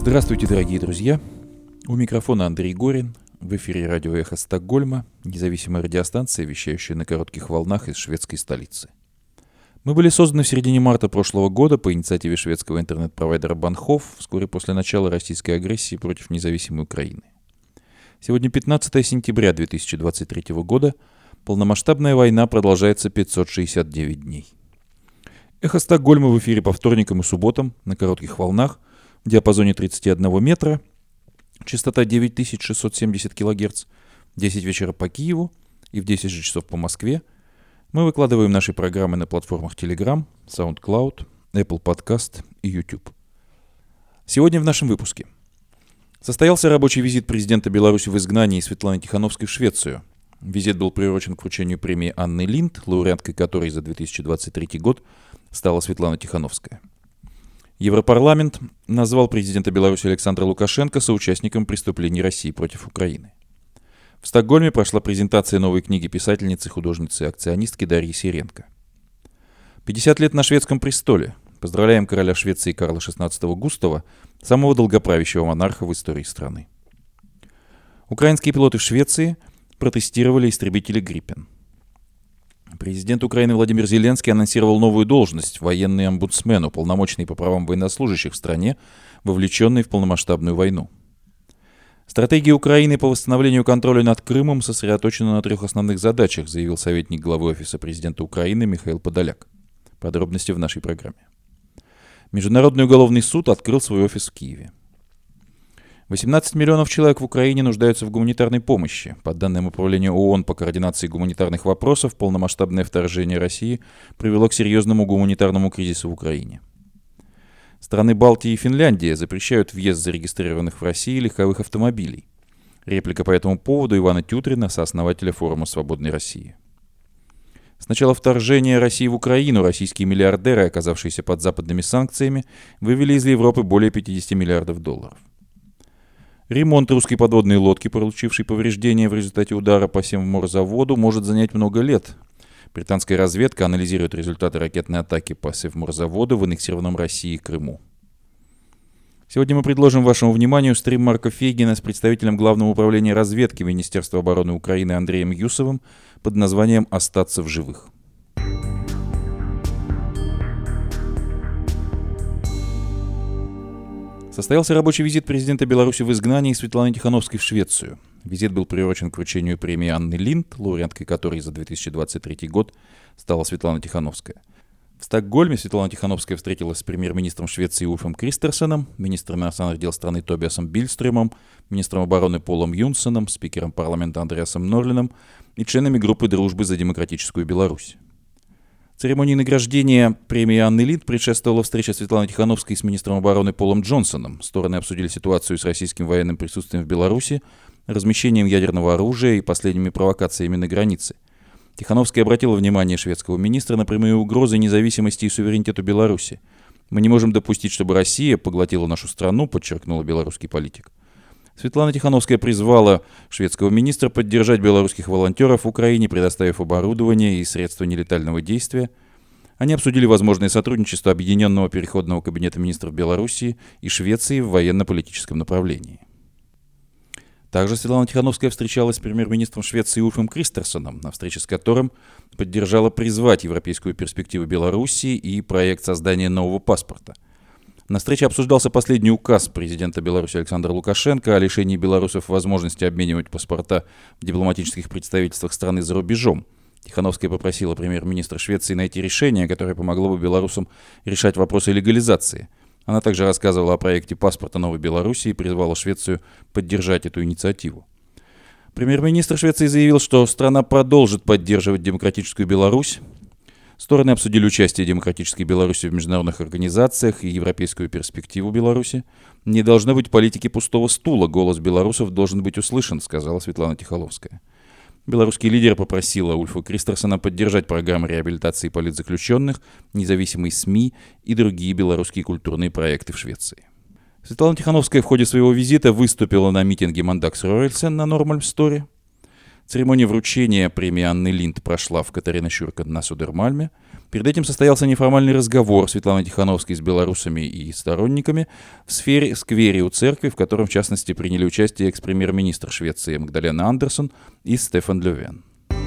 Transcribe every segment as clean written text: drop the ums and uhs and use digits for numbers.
Здравствуйте, дорогие друзья! У микрофона Андрей Горин. В эфире радио «Эхо Стокгольма», независимая радиостанция, вещающая на коротких волнах из шведской столицы. Мы были созданы в середине марта прошлого года по инициативе шведского интернет-провайдера Банхоф вскоре после начала российской агрессии против независимой Украины. Сегодня 15 сентября 2023 года. Полномасштабная война продолжается 569 дней. «Эхо Стокгольма» в эфире по вторникам и субботам на коротких волнах в диапазоне 31 метра, частота 9670 кГц, в 10 вечера по Киеву и в 10 же часов по Москве. Мы выкладываем наши программы на платформах Telegram, SoundCloud, Apple Podcast и YouTube. Сегодня в нашем выпуске. Состоялся рабочий визит президента Беларуси в изгнании Светланы Тихановской в Швецию. Визит был приурочен к вручению премии Анны Линд, лауреаткой которой за 2023 год стала Светлана Тихановская. Европарламент назвал президента Беларуси Александра Лукашенко соучастником преступлений России против Украины. В Стокгольме прошла презентация новой книги писательницы, художницы и акционистки Дарьи Сиренко. 50 лет на шведском престоле. Поздравляем короля Швеции Карла XVI Густава, самого долгоправящего монарха в истории страны. Украинские пилоты в Швеции протестировали истребители «Гриппен». Президент Украины Владимир Зеленский анонсировал новую должность – военный омбудсмен, уполномоченный по правам военнослужащих в стране, вовлеченной в полномасштабную войну. Стратегия Украины по восстановлению контроля над Крымом сосредоточена на 3 основных задачах, заявил советник главы Офиса президента Украины Михаил Подоляк. Подробности в нашей программе. Международный уголовный суд открыл свой офис в Киеве. 18 миллионов человек в Украине нуждаются в гуманитарной помощи. По данным Управления ООН по координации гуманитарных вопросов, полномасштабное вторжение России привело к серьезному гуманитарному кризису в Украине. Страны Балтии и Финляндия запрещают въезд зарегистрированных в России легковых автомобилей. Реплика по этому поводу Ивана Тютрина, сооснователя форума «Свободной России». С начала вторжения России в Украину российские миллиардеры, оказавшиеся под западными санкциями, вывели из Европы более 50 миллиардов долларов. Ремонт русской подводной лодки, получившей повреждения в результате удара по Севморзаводу, может занять много лет. Британская разведка анализирует результаты ракетной атаки по Севморзаводу в аннексированном Россией Крыму. Сегодня мы предложим вашему вниманию стрим Марка Фейгина с представителем Главного управления разведки Министерства обороны Украины Андреем Юсовым под названием «Остаться в живых». Состоялся рабочий визит президента Беларуси в изгнании Светланы Тихановской в Швецию. Визит был приурочен к вручению премии Анны Линд, лауреаткой которой за 2023 год стала Светлана Тихановская. В Стокгольме Светлана Тихановская встретилась с премьер-министром Швеции Ульфом Кристерсеном, министром иностранных дел страны Тобиасом Бильстрёмом, министром обороны Полом Юнсеном, спикером парламента Андреасом Норлином и членами группы дружбы за демократическую Беларусь. Церемонии награждения премии Анны Линд предшествовала встреча Светланы Тихановской с министром обороны Полом Джонсоном. Стороны обсудили ситуацию с российским военным присутствием в Беларуси, размещением ядерного оружия и последними провокациями на границе. Тихановская обратила внимание шведского министра на прямые угрозы независимости и суверенитету Беларуси. «Мы не можем допустить, чтобы Россия поглотила нашу страну», подчеркнула белорусский политик. Светлана Тихановская призвала шведского министра поддержать белорусских волонтеров в Украине, предоставив оборудование и средства нелетального действия. Они обсудили возможное сотрудничество Объединенного переходного кабинета министров Белоруссии и Швеции в военно-политическом направлении. Также Светлана Тихановская встречалась с премьер-министром Швеции Ульфом Кристерсеном, на встрече с которым поддержала призвать европейскую перспективу Белоруссии и проект создания нового паспорта. На встрече обсуждался последний указ президента Беларуси Александра Лукашенко о лишении белорусов возможности обменивать паспорта в дипломатических представительствах страны за рубежом. Тихановская попросила премьер-министра Швеции найти решение, которое помогло бы белорусам решать вопросы легализации. Она также рассказывала о проекте паспорта Новой Беларуси и призвала Швецию поддержать эту инициативу. Премьер-министр Швеции заявил, что страна продолжит поддерживать демократическую Беларусь. Стороны обсудили участие демократической Беларуси в международных организациях и европейскую перспективу Беларуси. «Не должно быть политики пустого стула, голос белорусов должен быть услышан», сказала Светлана Тихановская. Белорусский лидер попросила Ульфа Кристерсена поддержать программы реабилитации политзаключенных, независимые СМИ и другие белорусские культурные проекты в Швеции. Светлана Тихановская в ходе своего визита выступила на митинге Мандакс Ройельсен на Нормальмсторе. Церемония вручения премии Анны Линд прошла в Катерина-Сюрка на Судермальме. Перед этим состоялся неформальный разговор Светланы Тихановской с белорусами и сторонниками в сквере у церкви, в котором, в частности, приняли участие экс-премьер-министр Швеции Магдалена Андерсон и Стефан Лёфвен.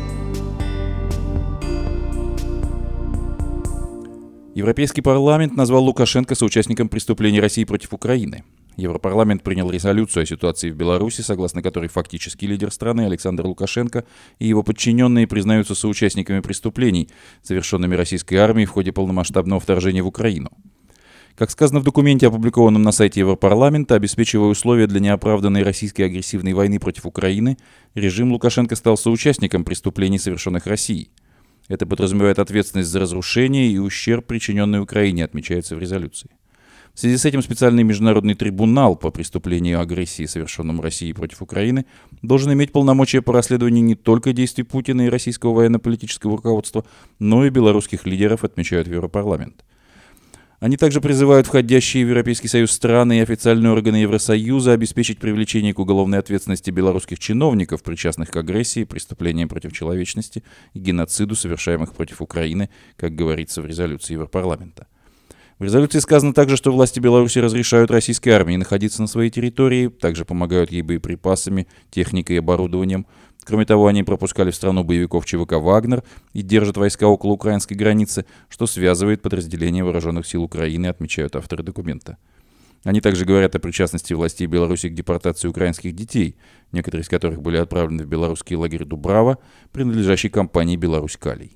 Европейский парламент назвал Лукашенко соучастником преступлений России против Украины. Европарламент принял резолюцию о ситуации в Беларуси, согласно которой фактический лидер страны Александр Лукашенко и его подчиненные признаются соучастниками преступлений, совершенными российской армией в ходе полномасштабного вторжения в Украину. Как сказано в документе, опубликованном на сайте Европарламента, обеспечивая условия для неоправданной российской агрессивной войны против Украины, режим Лукашенко стал соучастником преступлений, совершенных Россией. Это подразумевает ответственность за разрушение и ущерб, причиненный Украине, отмечается в резолюции. В связи с этим специальный международный трибунал по преступлению агрессии, совершенному Россией против Украины, должен иметь полномочия по расследованию не только действий Путина и российского военно-политического руководства, но и белорусских лидеров, отмечают в Европарламент. Они также призывают входящие в Европейский Союз страны и официальные органы Евросоюза обеспечить привлечение к уголовной ответственности белорусских чиновников, причастных к агрессии, преступлениям против человечности и геноциду, совершаемых против Украины, как говорится в резолюции Европарламента. В резолюции сказано также, что власти Беларуси разрешают российской армии находиться на своей территории, также помогают ей боеприпасами, техникой и оборудованием. Кроме того, они пропускали в страну боевиков ЧВК «Вагнер» и держат войска около украинской границы, что связывает подразделения вооруженных сил Украины, отмечают авторы документа. Они также говорят о причастности властей Беларуси к депортации украинских детей, некоторые из которых были отправлены в белорусский лагерь Дубрава, принадлежащий компании «Беларусь-Калий».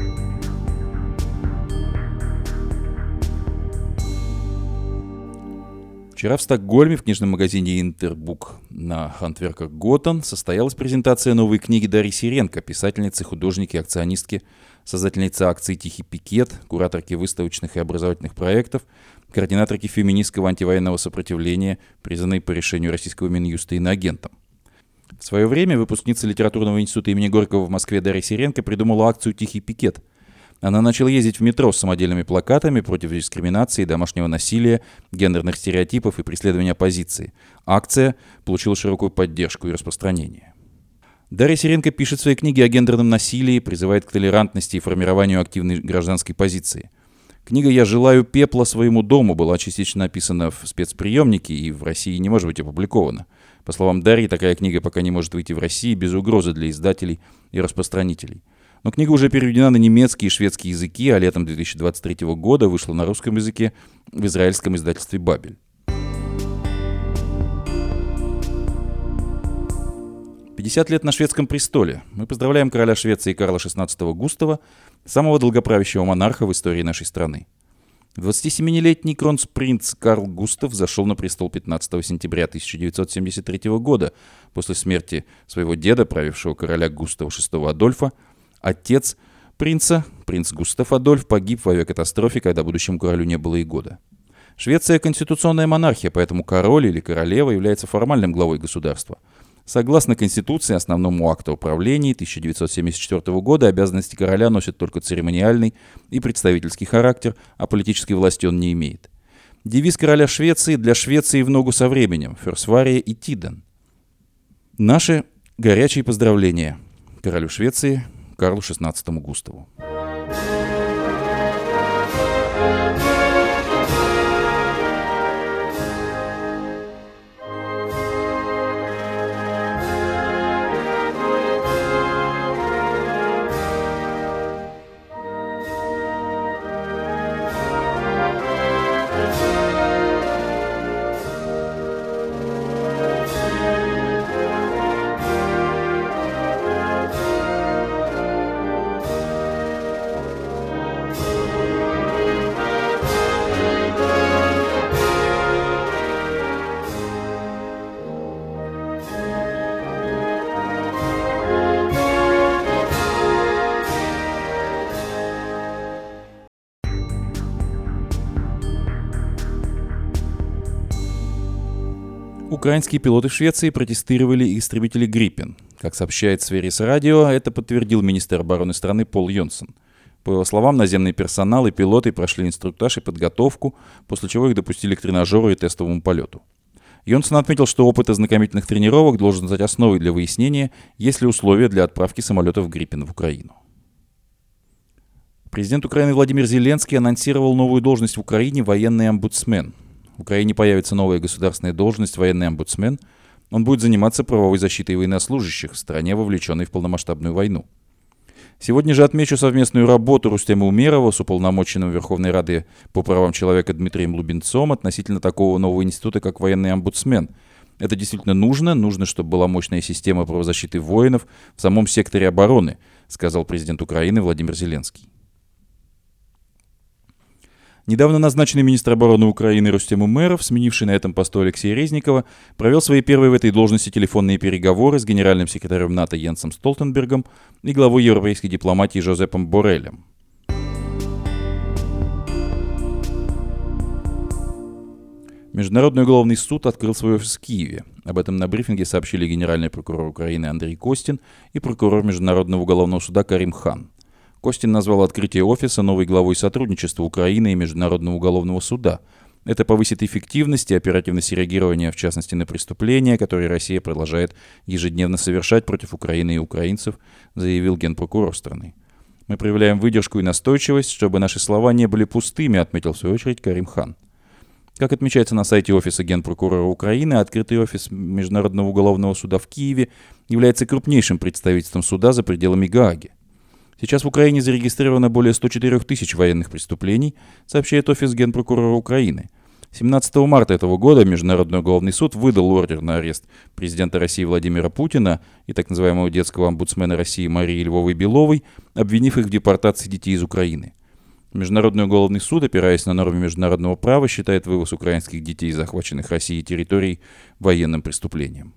Вчера в Стокгольме в книжном магазине «Интербук» на Хантверках Готен состоялась презентация новой книги Дарьи Сиренко, писательницы, художники, акционистки, создательницы акции «Тихий пикет», кураторки выставочных и образовательных проектов, координаторки феминистского антивоенного сопротивления, признанной по решению российского Минюста иноагентом. В свое время выпускница литературного института имени Горького в Москве Дарья Сиренко придумала акцию «Тихий пикет». Она начала ездить в метро с самодельными плакатами против дискриминации, домашнего насилия, гендерных стереотипов и преследования оппозиции. Акция получила широкую поддержку и распространение. Дарья Сиренко пишет в своей книге о гендерном насилии, призывает к толерантности и формированию активной гражданской позиции. Книга «Я желаю пепла своему дому» была частично написана в спецприемнике и в России не может быть опубликована. По словам Дарьи, такая книга пока не может выйти в России без угрозы для издателей и распространителей. Но книга уже переведена на немецкий и шведский языки, а летом 2023 года вышла на русском языке в израильском издательстве «Бабель». 50 лет на шведском престоле. Мы поздравляем короля Швеции Карла XVI Густава, самого долгоправящего монарха в истории нашей страны. 27-летний кронпринц Карл Густав зашел на престол 15 сентября 1973 года после смерти своего деда, правившего короля Густава VI Адольфа. Отец принца, принц Густав Адольф, погиб в авиакатастрофе, когда будущему королю не было и года. Швеция – конституционная монархия, поэтому король или королева является формальным главой государства. Согласно Конституции, основному акту управления 1974 года обязанности короля носят только церемониальный и представительский характер, а политической власти он не имеет. Девиз короля Швеции «Для Швеции в ногу со временем» «Ферсвария и Тиден». Наши горячие поздравления королю Швеции Карлу XVI Густаву. Украинские пилоты в Швеции протестировали истребители «Гриппен». Как сообщает Сверис Радио, это подтвердил министр обороны страны Пол Йонсон. По его словам, наземный персонал и пилоты прошли инструктаж и подготовку, после чего их допустили к тренажеру и тестовому полету. Йонсон отметил, что опыт ознакомительных тренировок должен стать основой для выяснения, есть ли условия для отправки самолетов Гриппен в Украину. Президент Украины Владимир Зеленский анонсировал новую должность в Украине – военный омбудсмен. В Украине появится новая государственная должность – военный омбудсмен. Он будет заниматься правовой защитой военнослужащих в стране, вовлеченной в полномасштабную войну. Сегодня же отмечу совместную работу Рустема Умерова с уполномоченным Верховной Рады по правам человека Дмитрием Лубенцом относительно такого нового института, как военный омбудсмен. Это действительно нужно, чтобы была мощная система правозащиты воинов в самом секторе обороны, сказал президент Украины Владимир Зеленский. Недавно назначенный министр обороны Украины Рустем Умеров, сменивший на этом посту Алексея Резникова, провел свои первые в этой должности телефонные переговоры с генеральным секретарем НАТО Йенсом Столтенбергом и главой европейской дипломатии Жозепом Борреллем. Международный уголовный суд открыл свой офис в Киеве. Об этом на брифинге сообщили генеральный прокурор Украины Андрей Костин и прокурор Международного уголовного суда Карим Хан. Костин назвал открытие офиса новой главой сотрудничества Украины и Международного уголовного суда. Это повысит эффективность и оперативность реагирования, в частности, на преступления, которые Россия продолжает ежедневно совершать против Украины и украинцев, заявил генпрокурор страны. Мы проявляем выдержку и настойчивость, чтобы наши слова не были пустыми, отметил в свою очередь Карим Хан. Как отмечается на сайте офиса генпрокурора Украины, открытый офис Международного уголовного суда в Киеве является крупнейшим представительством суда за пределами Гааги. Сейчас в Украине зарегистрировано более 104 тысяч военных преступлений, сообщает офис генпрокурора Украины. 17 марта этого года Международный уголовный суд выдал ордер на арест президента России Владимира Путина и так называемого детского омбудсмена России Марии Львовой-Беловой, обвинив их в депортации детей из Украины. Международный уголовный суд, опираясь на нормы международного права, считает вывоз украинских детей из захваченных Россией территорий военным преступлением.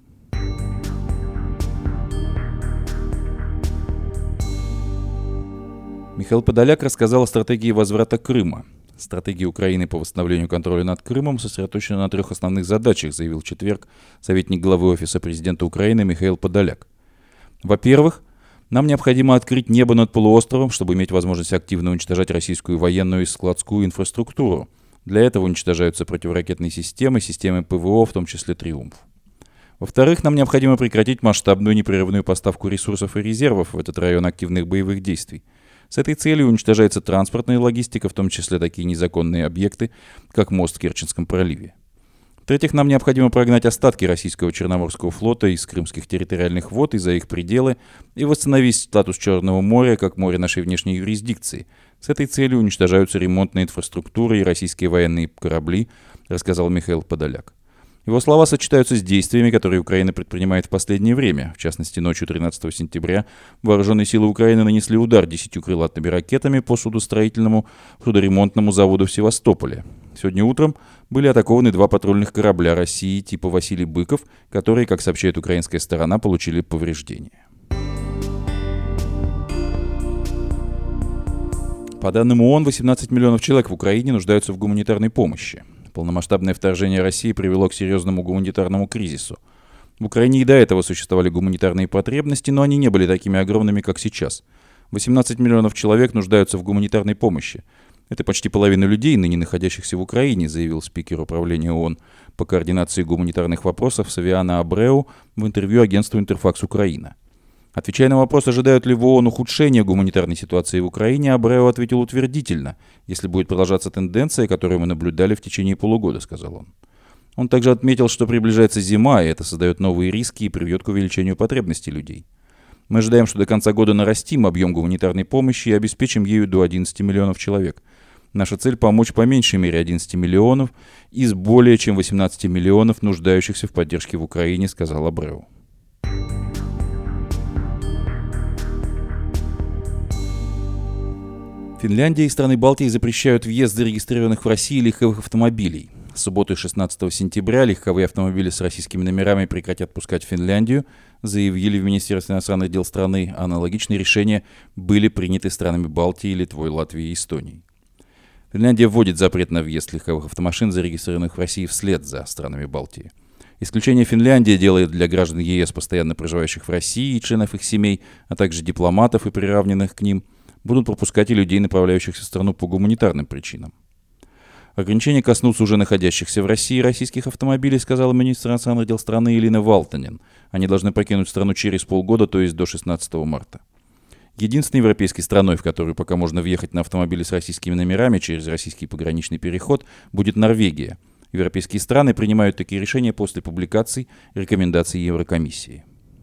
Михаил Подоляк рассказал о стратегии возврата Крыма. Стратегия Украины по восстановлению контроля над Крымом сосредоточена на 3 основных задачах, заявил в четверг советник главы Офиса президента Украины Михаил Подоляк. Во-первых, нам необходимо открыть небо над полуостровом, чтобы иметь возможность активно уничтожать российскую военную и складскую инфраструктуру. Для этого уничтожаются противоракетные системы, системы ПВО, в том числе «Триумф». Во-вторых, нам необходимо прекратить масштабную непрерывную поставку ресурсов и резервов в этот район активных боевых действий. С этой целью уничтожается транспортная логистика, в том числе такие незаконные объекты, как мост в Керченском проливе. В-третьих, нам необходимо прогнать остатки российского Черноморского флота из крымских территориальных вод и за их пределы и восстановить статус Черного моря как моря нашей внешней юрисдикции. С этой целью уничтожаются ремонтная инфраструктура и российские военные корабли, рассказал Михаил Подоляк. Его слова сочетаются с действиями, которые Украина предпринимает в последнее время. В частности, ночью 13 сентября вооруженные силы Украины нанесли удар 10 крылатыми ракетами по судостроительному судоремонтному заводу в Севастополе. Сегодня утром были атакованы 2 патрульных корабля России типа «Василий Быков», которые, как сообщает украинская сторона, получили повреждения. По данным ООН, 18 миллионов человек в Украине нуждаются в гуманитарной помощи. Полномасштабное вторжение России привело к серьезному гуманитарному кризису. В Украине и до этого существовали гуманитарные потребности, но они не были такими огромными, как сейчас. 18 миллионов человек нуждаются в гуманитарной помощи. Это почти половина людей, ныне находящихся в Украине, заявил спикер управления ООН по координации гуманитарных вопросов Савиана Абреу в интервью агентству «Интерфакс Украина». Отвечая на вопрос, ожидают ли в ООН ухудшения гуманитарной ситуации в Украине, Абреу ответил утвердительно, если будет продолжаться тенденция, которую мы наблюдали в течение полугода, сказал он. Он также отметил, что приближается зима, и это создает новые риски и приведет к увеличению потребностей людей. Мы ожидаем, что до конца года нарастим объем гуманитарной помощи и обеспечим ею до 11 миллионов человек. Наша цель – помочь по меньшей мере 11 миллионов из более чем 18 миллионов нуждающихся в поддержке в Украине, сказал Абреу. Финляндия и страны Балтии запрещают въезд зарегистрированных в России легковых автомобилей. С субботы 16 сентября легковые автомобили с российскими номерами прекратят пускать в Финляндию, заявили в Министерстве иностранных дел страны. Аналогичные решения были приняты странами Балтии, Литвой, Латвией и Эстонией. Финляндия вводит запрет на въезд легковых автомашин, зарегистрированных в России, вслед за странами Балтии. Исключение Финляндия делает для граждан ЕС, постоянно проживающих в России и членов их семей, а также дипломатов и приравненных к ним, будут пропускать и людей, направляющихся в страну по гуманитарным причинам. Ограничения коснутся уже находящихся в России российских автомобилей, сказала министр иностранных дел страны Элина Валтонен. Они должны покинуть страну через полгода, то есть до 16 марта. Единственной европейской страной, в которую пока можно въехать на автомобиле с российскими номерами через российский пограничный переход, будет Норвегия. Европейские страны принимают такие решения после публикаций рекомендаций Еврокомиссии.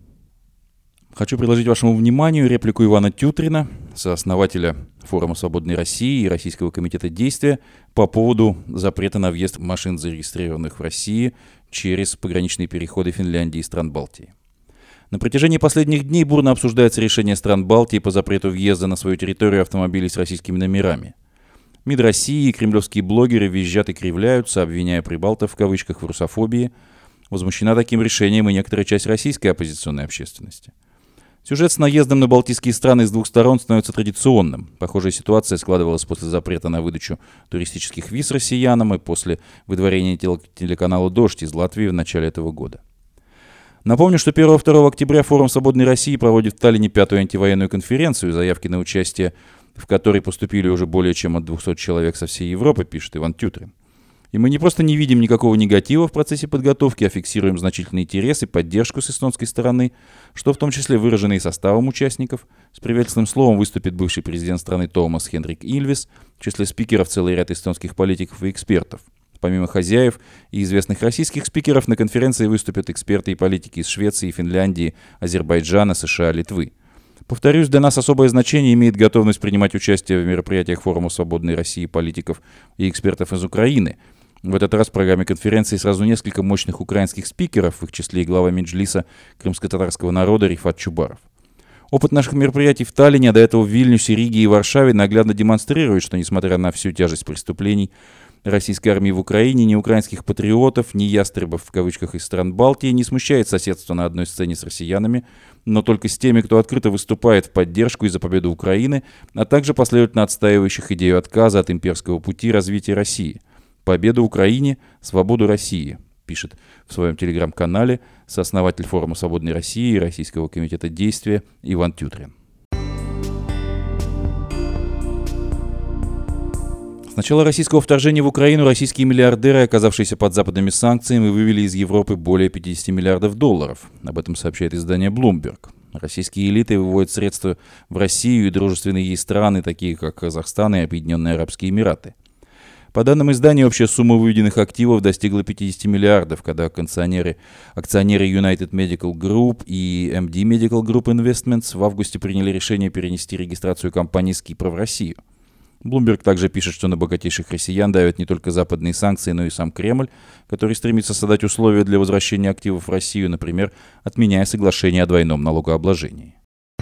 Хочу предложить вашему вниманию реплику Ивана Тютрина, сооснователя Форума Свободной России и Российского комитета действия, по поводу запрета на въезд машин, зарегистрированных в России, через пограничные переходы Финляндии и стран Балтии. На протяжении последних дней бурно обсуждается решение стран Балтии по запрету въезда на свою территорию автомобилей с российскими номерами. МИД России и кремлевские блогеры визжат и кривляются, обвиняя прибалтов в кавычках в русофобии. Возмущена таким решением и некоторая часть российской оппозиционной общественности. Сюжет с наездом на балтийские страны с двух сторон становится традиционным. Похожая ситуация складывалась после запрета на выдачу туристических виз россиянам и после выдворения телеканала «Дождь» из Латвии в начале этого года. Напомню, что 1-2 октября Форум Свободной России проводит в Таллине 5-ю антивоенную конференцию, заявки на участие в которой поступили уже более чем от 200 человек со всей Европы, пишет Иван Тютрин. И мы не просто не видим никакого негатива в процессе подготовки, а фиксируем значительный интерес и поддержку с эстонской стороны, что в том числе выражено и составом участников. С приветственным словом выступит бывший президент страны Томас Хенрик Ильвес, в числе спикеров целый ряд эстонских политиков и экспертов. Помимо хозяев и известных российских спикеров, на конференции выступят эксперты и политики из Швеции, Финляндии, Азербайджана, США, Литвы. Повторюсь, для нас особое значение имеет готовность принимать участие в мероприятиях Форума Свободной России политиков и экспертов из Украины. В этот раз в программе конференции сразу несколько мощных украинских спикеров, в их числе и глава Меджлиса крымско-татарского народа Рифат Чубаров. Опыт наших мероприятий в Таллине, а до этого в Вильнюсе, Риге и Варшаве наглядно демонстрирует, что, несмотря на всю тяжесть преступлений российской армии в Украине, ни украинских патриотов, ни ястребов в кавычках из стран Балтии не смущает соседство на одной сцене с россиянами, но только с теми, кто открыто выступает в поддержку и за победу Украины, а также последовательно отстаивающих идею отказа от имперского пути развития России. Победу Украине, свободу России, пишет в своем телеграм-канале сооснователь Форума Свободной России и Российского комитета действия Иван Тютрин. С начала российского вторжения в Украину российские миллиардеры, оказавшиеся под западными санкциями, вывели из Европы более 50 миллиардов долларов. Об этом сообщает издание Bloomberg. Российские элиты выводят средства в Россию и дружественные ей страны, такие как Казахстан и Объединенные Арабские Эмираты. По данным издания, общая сумма выведенных активов достигла 50 миллиардов, когда акционеры United Medical Group и MD Medical Group Investments в августе приняли решение перенести регистрацию компании с Кипра в Россию. Bloomberg также пишет, что на богатейших россиян давят не только западные санкции, но и сам Кремль, который стремится создать условия для возвращения активов в Россию, например, отменяя соглашение о двойном налогообложении.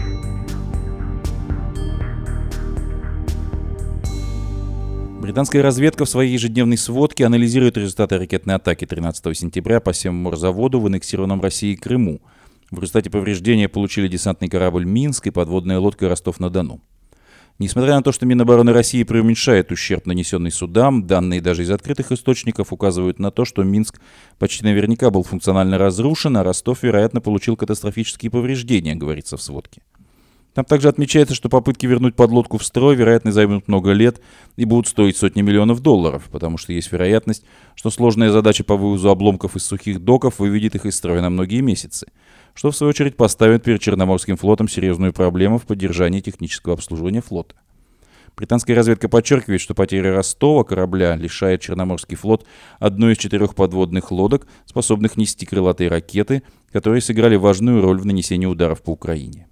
Британская разведка в своей ежедневной сводке анализирует результаты ракетной атаки 13 сентября по Севморзаводу в аннексированном Россией Крыму. В результате повреждения получили десантный корабль «Минск» и подводная лодка «Ростов-на-Дону». Несмотря на то, что Минобороны России преуменьшает ущерб, нанесенный судам, данные даже из открытых источников указывают на то, что Минск почти наверняка был функционально разрушен, а Ростов, вероятно, получил катастрофические повреждения, говорится в сводке. Там также отмечается, что попытки вернуть подлодку в строй, вероятно, займут много лет и будут стоить сотни миллионов долларов, потому что есть вероятность, что сложная задача по вывозу обломков из сухих доков выведет их из строя на многие месяцы, что в свою очередь поставит перед Черноморским флотом серьезную проблему в поддержании технического обслуживания флота. Британская разведка подчеркивает, что потеря Ростова корабля лишает Черноморский флот одной из 4 подводных лодок, способных нести крылатые ракеты, которые сыграли важную роль в нанесении ударов по Украине.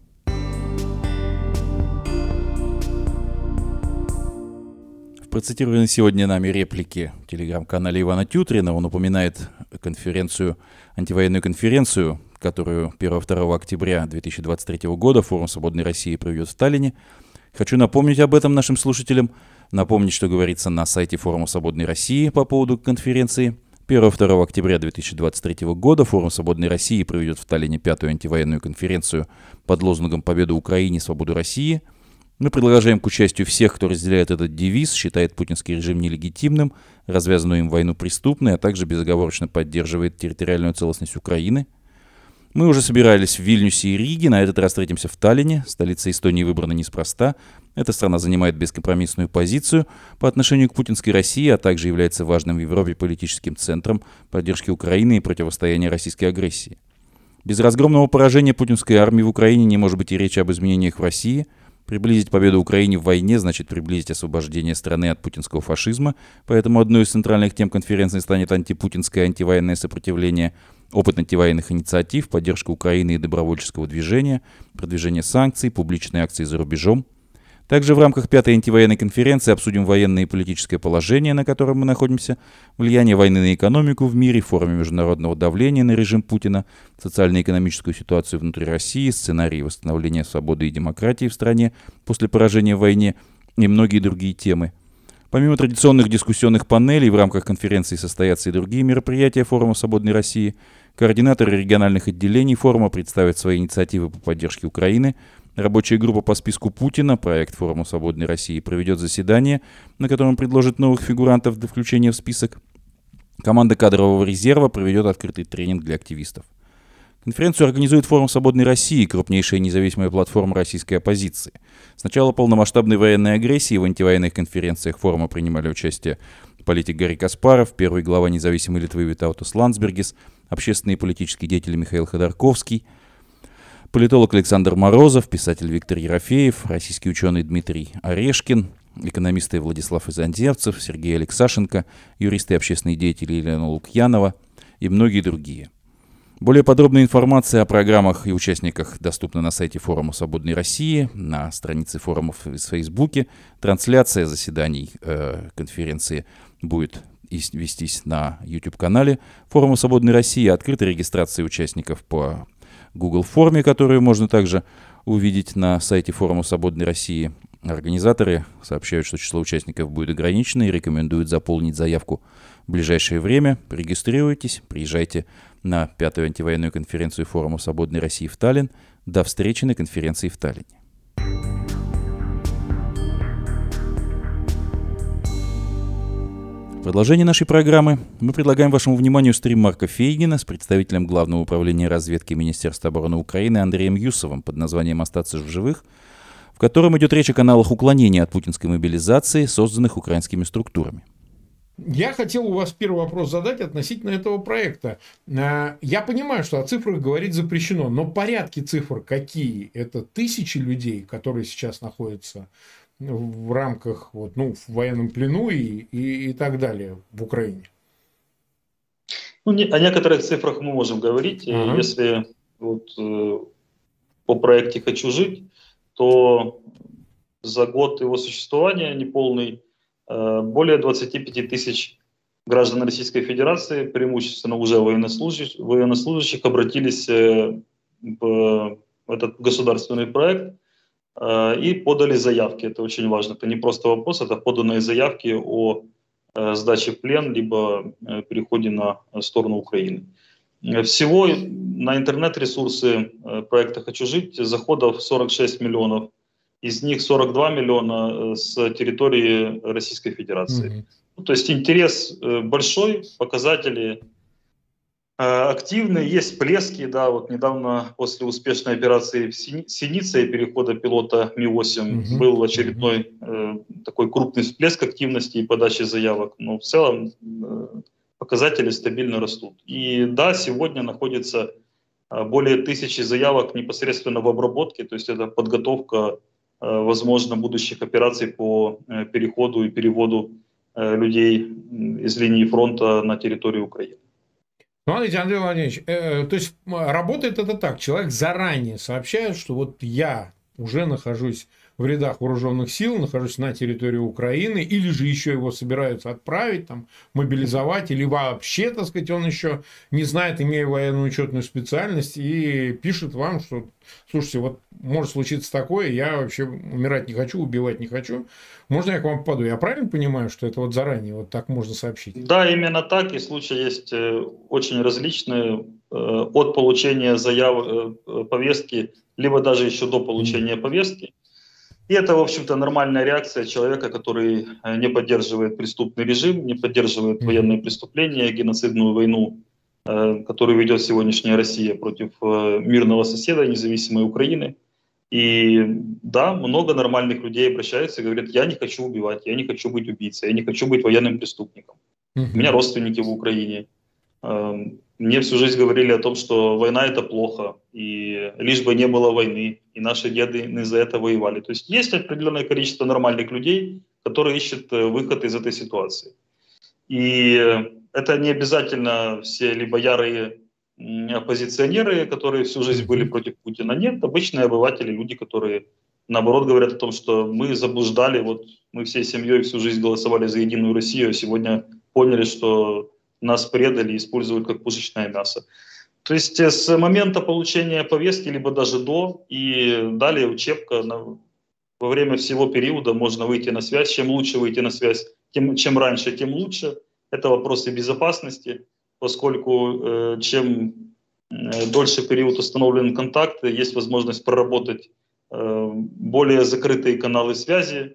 В процитированной сегодня нами реплике в телеграм-канале Ивана Тютрина он упоминает антивоенную конференцию, которую 1-2 октября 2023 года Форум Свободной России проведет в Таллине. Хочу напомнить об этом нашим слушателям, напомнить, что говорится на сайте Форума Свободной России по поводу конференции. 1-2 октября 2023 года Форум Свободной России проведет в Таллине 5-ю антивоенную конференцию под лозунгом «Победу Украине, свободу России». Мы приглашаем к участию всех, кто разделяет этот девиз, считает путинский режим нелегитимным, развязанную им войну преступной, а также безоговорочно поддерживает территориальную целостность Украины. Мы уже собирались в Вильнюсе и Риге, на этот раз встретимся в Таллине. Столица Эстонии выбрана неспроста. Эта страна занимает бескомпромиссную позицию по отношению к путинской России, а также является важным в Европе политическим центром поддержки Украины и противостояния российской агрессии. Без разгромного поражения путинской армии в Украине не может быть и речи об изменениях в России. Приблизить победу Украине в войне значит приблизить освобождение страны от путинского фашизма, поэтому одной из центральных тем конференции станет антипутинское антивоенное сопротивление, опыт антивоенных инициатив, поддержка Украины и добровольческого движения, продвижение санкций, публичные акции за рубежом. Также в рамках 5-й антивоенной конференции обсудим военное и политическое положение, на котором мы находимся, влияние войны на экономику в мире, формы международного давления на режим Путина, социально-экономическую ситуацию внутри России, сценарии восстановления свободы и демократии в стране после поражения в войне и многие другие темы. Помимо традиционных дискуссионных панелей, в рамках конференции состоятся и другие мероприятия форума «Свободной России». Координаторы региональных отделений форума представят свои инициативы по поддержке Украины. Рабочая группа по списку Путина, проект форума «Свободной России», проведет заседание, на котором предложит новых фигурантов для включения в список. Команда кадрового резерва проведет открытый тренинг для активистов. Конференцию организует форум «Свободной России», крупнейшая независимая платформа российской оппозиции. С начала полномасштабной военной агрессии в антивоенных конференциях форума принимали участие политик Гарри Каспаров, первый глава независимой Литвы Витаутас Ландсбергис, общественный и политический деятель Михаил Ходорковский, политолог Александр Морозов, писатель Виктор Ерофеев, российский ученый Дмитрий Орешкин, экономисты Владислав Изандевцев, Сергей Алексашенко, юристы и общественные деятели Елена Лукьянова и многие другие. Более подробная информация о программах и участниках доступна на сайте форума «Свободной России», на странице форумов в Фейсбуке. Трансляция заседаний конференции будет вестись на YouTube-канале форума «Свободной России». Открыта регистрация участников по Google форме, которую можно также увидеть на сайте форума «Свободной России». Организаторы сообщают, что число участников будет ограничено и рекомендуют заполнить заявку в ближайшее время. Регистрируйтесь, приезжайте на 5-ю антивоенную конференцию форума «Свободной России» в Таллин. До встречи на конференции в Таллине. В продолжение нашей программы мы предлагаем вашему вниманию стрим Марка Фейгина с представителем Главного управления разведки Министерства обороны Украины Андреем Юсовым под названием «Остаться в живых», в котором идет речь о каналах уклонения от путинской мобилизации, созданных украинскими структурами. Я хотел у вас первый вопрос задать относительно этого проекта. Я понимаю, что о цифрах говорить запрещено, но порядки цифр какие? Это тысячи людей, которые сейчас находятся в рамках в военном плену и так далее в Украине? О некоторых цифрах мы можем говорить. Если по проекте «Хочу жить», то за год его существования неполный более 25 тысяч граждан Российской Федерации, преимущественно уже военнослужащих, обратились в этот государственный проект и подали заявки. Это очень важно. Это не просто вопрос, это поданные заявки о сдаче в плен, либо переходе на сторону Украины. Всего на интернет-ресурсы проекта «Хочу жить» заходов 46 миллионов. Из них 42 миллиона с территории Российской Федерации. То есть интерес большой, показатели активные, есть всплески. Да, вот недавно после успешной операции «Синица» и перехода пилота Ми-8 был очередной такой крупный всплеск активности и подачи заявок. Но в целом показатели стабильно растут. И да, сегодня находится более 1000 заявок непосредственно в обработке, то есть это подготовка, возможно, будущих операций по переходу и переводу людей из линии фронта на территорию Украины. Смотрите, Андрей Владимирович, то есть работает это так, человек заранее сообщает, что вот я уже нахожусь в рядах вооруженных сил, нахожусь на территории Украины, или же еще его собираются отправить, там, мобилизовать, или вообще, так сказать, он еще не знает, имея военную учетную специальность, и пишет вам, что, слушайте, вот может случиться такое, я вообще умирать не хочу, убивать не хочу, можно я к вам попаду? Я правильно понимаю, что это вот заранее вот так можно сообщить? Да, именно так, и случаи есть очень различные, от получения повестки, либо даже еще до получения повестки. И это, в общем-то, нормальная реакция человека, который не поддерживает преступный режим, не поддерживает военные преступления, геноцидную войну, которую ведет сегодняшняя Россия против мирного соседа, независимой Украины. И да, много нормальных людей обращаются и говорят, я не хочу убивать, я не хочу быть убийцей, я не хочу быть военным преступником. У меня родственники в Украине. Мне всю жизнь говорили о том, что война это плохо, и лишь бы не было войны, и наши деды не за это воевали. То есть есть определенное количество нормальных людей, которые ищут выход из этой ситуации. И это не обязательно все либо ярые оппозиционеры, которые всю жизнь были против Путина. Нет, обычные обыватели, люди, которые наоборот говорят о том, что мы заблуждали, вот мы всей семьей всю жизнь голосовали за Единую Россию, а сегодня поняли, что нас предали и используют как пушечное мясо. То есть с момента получения повестки, либо даже до, и далее учебка во время всего периода можно выйти на связь. Чем лучше выйти на связь, чем раньше, тем лучше. Это вопросы безопасности, поскольку чем дольше период установлен контакт, есть возможность проработать более закрытые каналы связи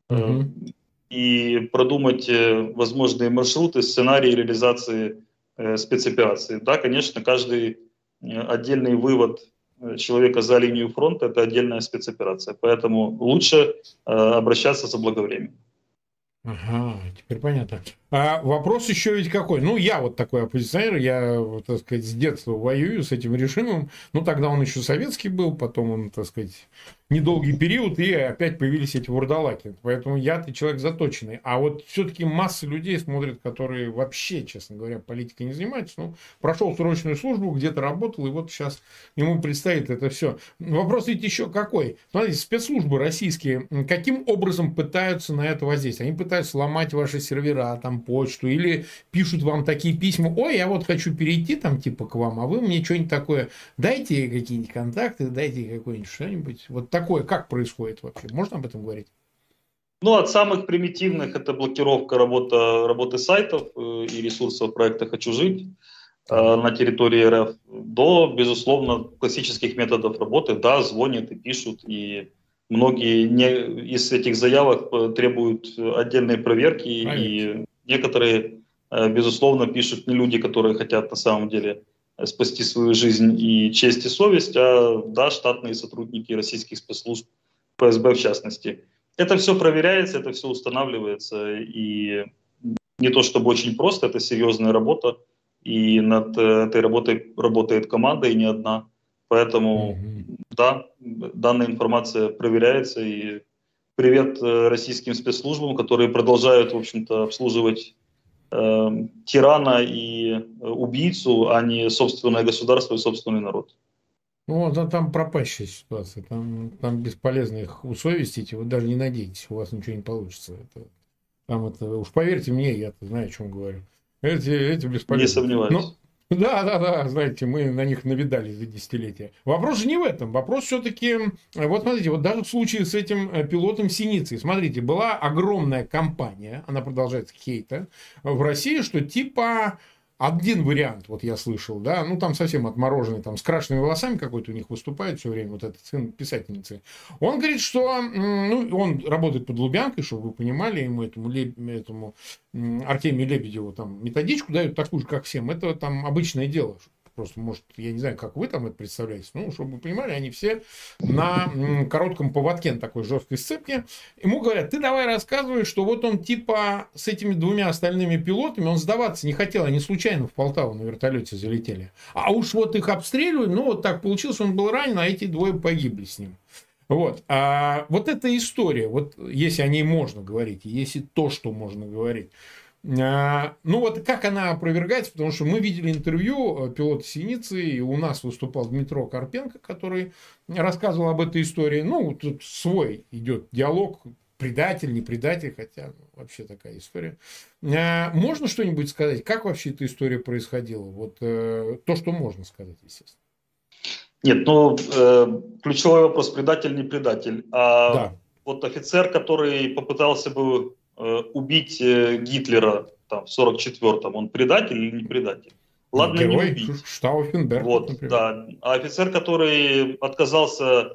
и продумать возможные маршруты, сценарии реализации спецоперации. Да, конечно, каждый отдельный вывод человека за линию фронта – это отдельная спецоперация. Поэтому лучше обращаться заблаговременно. Ага, теперь понятно. А вопрос еще ведь какой? Ну, я вот такой оппозиционер, я, так сказать, с детства воюю с этим режимом. Ну, тогда он еще советский был, потом он, так сказать, недолгий период, и опять появились эти вурдалаки. Поэтому я-то человек заточенный. А вот все-таки масса людей смотрят, которые вообще, честно говоря, политикой не занимаются. Ну, прошел срочную службу, где-то работал, и вот сейчас ему предстоит это все. Вопрос ведь еще какой? Смотрите, спецслужбы российские каким образом пытаются на это воздействовать? Они пытаются ломать ваши сервера, там, почту, или пишут вам такие письма: ой, я вот хочу перейти там типа к вам, а вы мне что-нибудь такое дайте, какие-нибудь контакты, дайте какое-нибудь что-нибудь. Вот такое как происходит вообще? Можно об этом говорить? Ну, от самых примитивных это блокировка работы сайтов и ресурсов проекта «Хочу жить» на территории РФ, до, безусловно, классических методов работы. Да, звонят и пишут, и многие из этих заявок требуют отдельной проверки, и некоторые, безусловно, пишут не люди, которые хотят на самом деле спасти свою жизнь и честь и совесть, а да, штатные сотрудники российских спецслужб, ФСБ в частности. Это все проверяется, это все устанавливается, и не то чтобы очень просто, это серьезная работа, и над этой работой работает команда, и не одна. Поэтому, да, данная информация проверяется, и привет российским спецслужбам, которые продолжают, в общем-то, обслуживать тирана и убийцу, а не собственное государство и собственный народ. Ну, там пропащая ситуация, там бесполезно их усовестить, и вы даже не надейтесь, у вас ничего не получится. Уж поверьте мне, я знаю, о чем говорю. Эти бесполезны. Не сомневаюсь. Да, знаете, мы на них навидались за десятилетия. Вопрос же не в этом. Вопрос все-таки, вот смотрите, вот даже в случае с этим пилотом Синицей, смотрите, была огромная кампания, она продолжается, хейта, в России, что типа один вариант, вот я слышал, да, ну там совсем отмороженный, там с крашенными волосами какой-то у них выступает все время, вот этот сын писательницы. Он говорит, что, он работает под Лубянкой, чтобы вы понимали, ему этому Артемию Лебедеву там методичку дают такую же, как всем. Это там обычное дело. Просто, может, я не знаю, как вы там это представляете, ну, чтобы вы понимали, они все на коротком поводке, на такой жесткой сцепке. Ему говорят: ты давай рассказывай, что вот он типа с этими двумя остальными пилотами, он сдаваться не хотел, они случайно в Полтаву на вертолете залетели. А уж вот их обстреливают, ну, вот так получилось, он был ранен, а эти двое погибли с ним. Вот. А вот эта история, вот если о ней можно говорить, если то, что можно говорить, ну вот как она опровергается, потому что мы видели интервью пилота Синицы, и у нас выступал Дмитро Карпенко, который рассказывал об этой истории. Ну, тут свой идет диалог, предатель, не предатель, хотя вообще такая история. Можно что-нибудь сказать, как вообще эта история происходила? Вот то, что можно сказать, естественно. Нет, ключевой вопрос: предатель, не предатель. Да. Вот офицер, который попытался бы убить Гитлера там, в 1944-м, он предатель или не предатель? Ладно, герой, не убить. Штауфенберг, вот, например. Да. А офицер, который отказался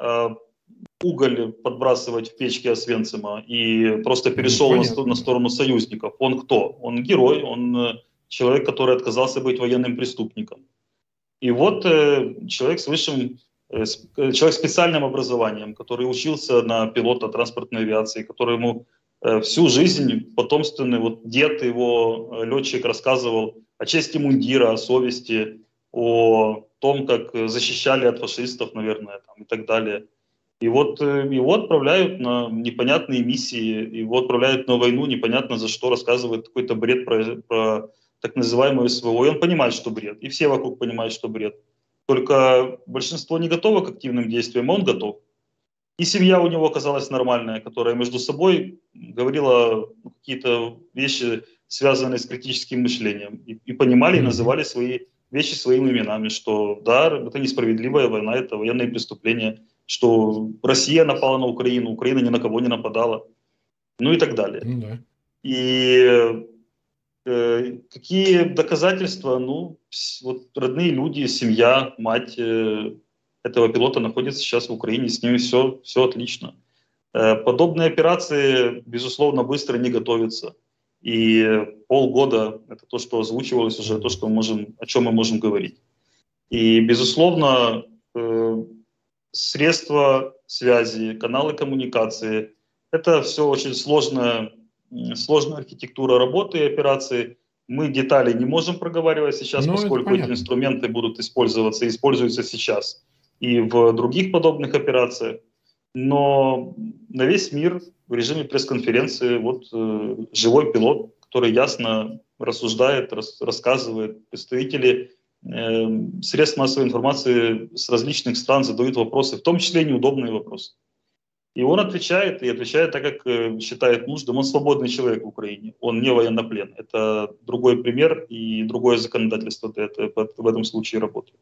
уголь подбрасывать в печки Освенцима и просто перешел на сторону союзников, он кто? Он герой, он человек, который отказался быть военным преступником. И вот человек с высшим человек с специальным образованием, который учился на пилота транспортной авиации, которому всю жизнь потомственный вот дед его, летчик, рассказывал о чести мундира, о совести, о том, как защищали от фашистов, наверное, там, и так далее. И вот его отправляют на непонятные миссии, его отправляют на войну, непонятно за что, рассказывает какой-то бред про так называемую СВО. И он понимает, что бред. И все вокруг понимают, что бред. Только большинство не готово к активным действиям, а он готов. И семья у него оказалась нормальная, которая между собой говорила какие-то вещи, связанные с критическим мышлением. И понимали, и называли свои вещи своими именами, что да, это несправедливая война, это военные преступления, что Россия напала на Украину, Украина ни на кого не нападала, ну и так далее. Да. И какие доказательства? Ну, вот родные люди, семья, мать этого пилота находится сейчас в Украине, с ними все отлично. Подобные операции, безусловно, быстро не готовятся. И полгода — это то, что озвучивалось уже, то, что мы можем, о чем мы можем говорить. И, безусловно, средства связи, каналы коммуникации — это все очень сложная архитектура работы и операции. Мы детали не можем проговаривать сейчас, поскольку эти инструменты будут использоваться и используются сейчас и в других подобных операциях. Но на весь мир в режиме пресс-конференции вот живой пилот, который ясно рассуждает, рассказывает. Представители средств массовой информации с различных стран задают вопросы, в том числе неудобные вопросы. И он отвечает, и отвечает так, как считает нужным. Он свободный человек в Украине, он не военнопленный. Это другой пример, и другое законодательство в этом случае работает.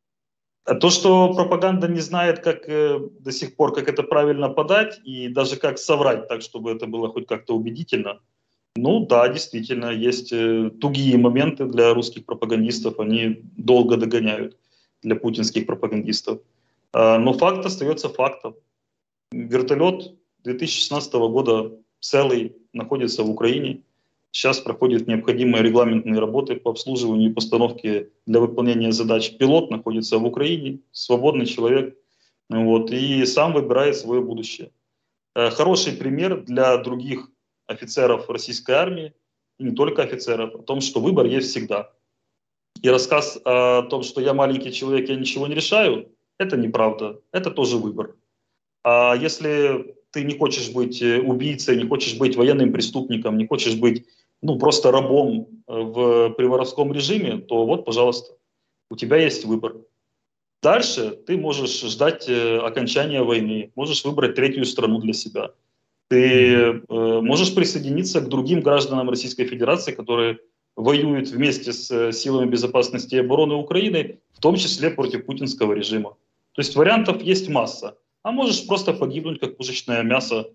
А то, что пропаганда не знает, как до сих пор, как это правильно подать, и даже как соврать так, чтобы это было хоть как-то убедительно, ну да, действительно, есть тугие моменты для русских пропагандистов, они долго догоняют для путинских пропагандистов. Но факт остается фактом. Вертолет 2016 года целый находится в Украине. Сейчас проходят необходимые регламентные работы по обслуживанию и постановке для выполнения задач. Пилот находится в Украине, свободный человек, вот, и сам выбирает свое будущее. Хороший пример для других офицеров российской армии, и не только офицеров, о том, что выбор есть всегда. И рассказ о том, что я маленький человек, я ничего не решаю, это неправда, это тоже выбор. А если ты не хочешь быть убийцей, не хочешь быть военным преступником, не хочешь быть просто рабом при воровском режиме, то вот, пожалуйста, у тебя есть выбор. Дальше ты можешь ждать окончания войны, можешь выбрать третью страну для себя. Ты можешь присоединиться к другим гражданам Российской Федерации, которые воюют вместе с силами безопасности и обороны Украины, в том числе против путинского режима. То есть вариантов есть масса. А можешь просто погибнуть, как пушечное мясо,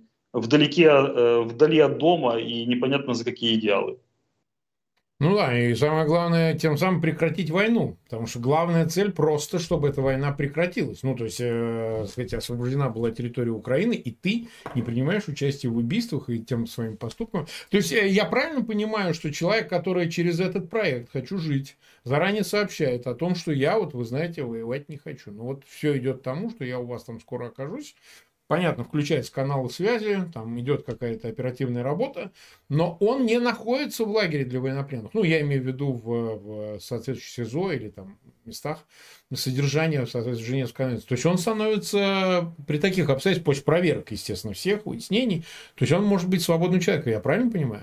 вдали от дома и непонятно за какие идеалы. Ну да, и самое главное, тем самым прекратить войну, потому что главная цель просто, чтобы эта война прекратилась. Ну, то есть, сказать, освобождена была территория Украины, и ты не принимаешь участие в убийствах и тем своим поступкам. То есть, я правильно понимаю, что человек, который через этот проект «Хочу жить», заранее сообщает о том, что я, вот вы знаете, воевать не хочу. Ну, вот все идет к тому, что я у вас там скоро окажусь. Понятно, включаются каналы связи, там идет какая-то оперативная работа, но он не находится в лагере для военнопленных. Ну, я имею в виду в соответствующих СИЗО или там местах содержания в соответствии с Женевской конвенцией. То есть он становится при таких обстоятельствах, после проверок, естественно, всех выяснений, то есть он может быть свободным человеком, я правильно понимаю?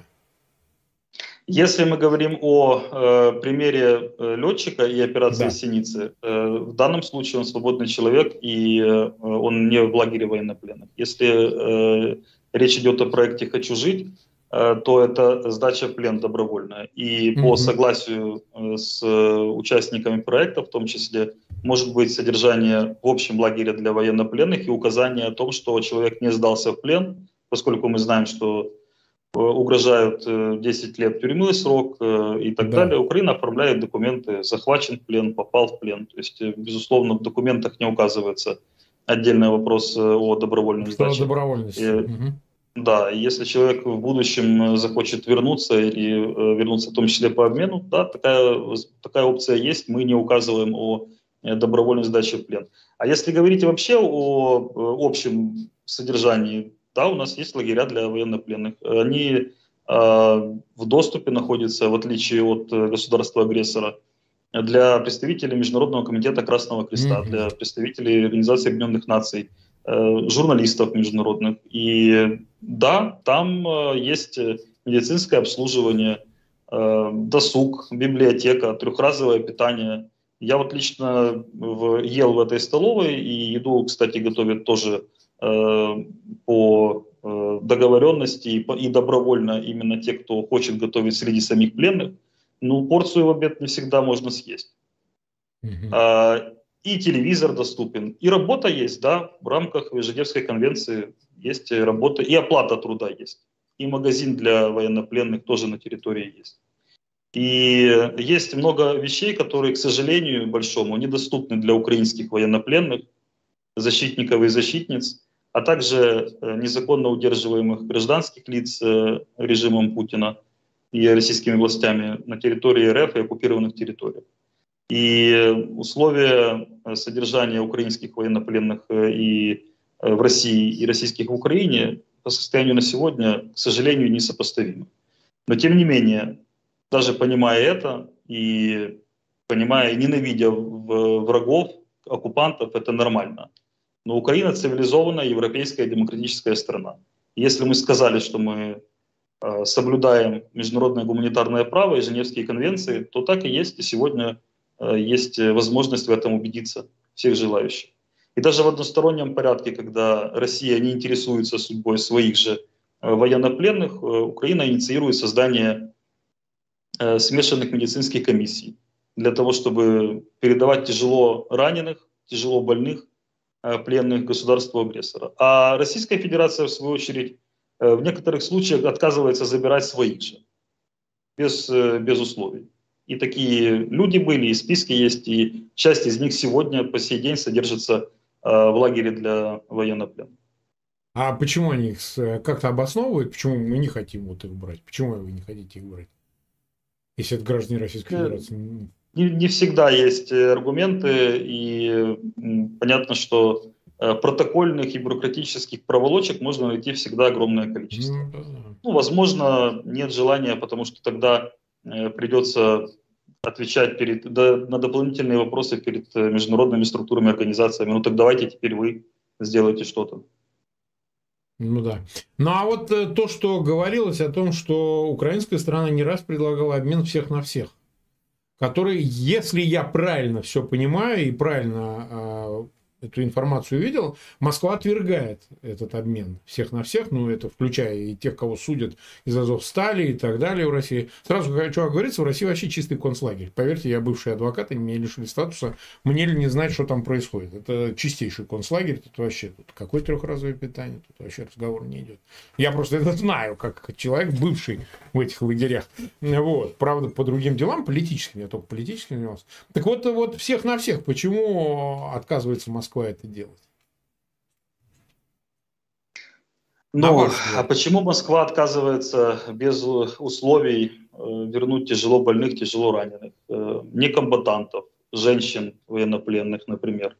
Если мы говорим о примере летчика и операции «Синицы», в данном случае он свободный человек, и он не в лагере военнопленных. Если речь идет о проекте «Хочу жить», то это сдача в плен добровольная. И по согласию с участниками проекта, в том числе, может быть содержание в общем лагере для военнопленных и указание о том, что человек не сдался в плен, поскольку мы знаем, что угрожают 10 лет тюрьмы срок и так далее. Украина оформляет документы, захвачен в плен, попал в плен. То есть, безусловно, в документах не указывается отдельный вопрос о добровольной сдаче. О добровольности. Да, если человек в будущем захочет вернуться или вернуться в том числе по обмену, да, такая опция есть. Мы не указываем о добровольной сдачи в плен. А если говорить вообще о общем содержании, да, у нас есть лагеря для военнопленных. Они в доступе находятся, в отличие от государства-агрессора, для представителей Международного комитета Красного Креста, для представителей Организации Объединенных Наций, журналистов международных. И да, там есть медицинское обслуживание, досуг, библиотека, трехразовое питание. Я вот лично ел в этой столовой, и еду, кстати, готовят тоже по договоренности и добровольно именно те, кто хочет готовить среди самих пленных. Ну, порцию в обед не всегда можно съесть. И телевизор доступен, и работа есть, да, в рамках Женевской конвенции есть работа, и оплата труда есть, и магазин для военнопленных тоже на территории есть. И есть много вещей, которые, к сожалению, большому, недоступны для украинских военнопленных, защитников и защитниц, а также незаконно удерживаемых гражданских лиц режимом Путина и российскими властями на территории РФ и оккупированных территориях. И условия содержания украинских военнопленных и в России, и российских в Украине по состоянию на сегодня, к сожалению, несопоставимы. Но тем не менее, даже понимая это и понимая, ненавидя врагов, оккупантов, это нормально. Но Украина цивилизованная европейская демократическая страна. И если мы сказали, что мы соблюдаем международное гуманитарное право и Женевские конвенции, то так и есть. И сегодня есть возможность в этом убедиться всех желающих. И даже в одностороннем порядке, когда Россия не интересуется судьбой своих же военнопленных, Украина инициирует создание смешанных медицинских комиссий для того, чтобы передавать тяжело раненых, тяжело больных пленных государству-агрессора. А Российская Федерация, в свою очередь, в некоторых случаях отказывается забирать своих же, без условий. И такие люди были, и списки есть, и часть из них сегодня по сей день содержится в лагере для военнопленных. А почему они их как-то обосновывают? Почему мы не хотим вот их брать? Почему вы не хотите их брать? Если это граждане Российской Федерации. Не всегда есть аргументы, и понятно, что протокольных и бюрократических проволочек можно найти всегда огромное количество. Ну, возможно, нет желания, потому что тогда придется отвечать на дополнительные вопросы перед международными структурами, организациями. Ну так давайте теперь вы сделайте что-то. Ну да. Ну а вот то, что говорилось о том, что украинская сторона не раз предлагала обмен всех на всех, который, если я правильно все понимаю и правильно эту информацию видел, Москва отвергает этот обмен всех на всех, ну это включая и тех, кого судят из Азовстали и так далее в России. Сразу хочу оговориться, в России вообще чистый концлагерь. Поверьте, я бывший адвокат, и меня лишили статуса, мне ли не знать, что там происходит. Это чистейший концлагерь, тут вообще какое трехразовое питание, тут вообще разговор не идет. Я просто это знаю, как человек, бывший в этих лагерях. Вот. Правда, по другим делам, политическим, я только политическим занимался. Так вот всех на всех, почему отказывается Москва это делать? Ну, а почему Москва отказывается без условий вернуть тяжело больных, тяжело раненых, некомбатантов, женщин военнопленных, например?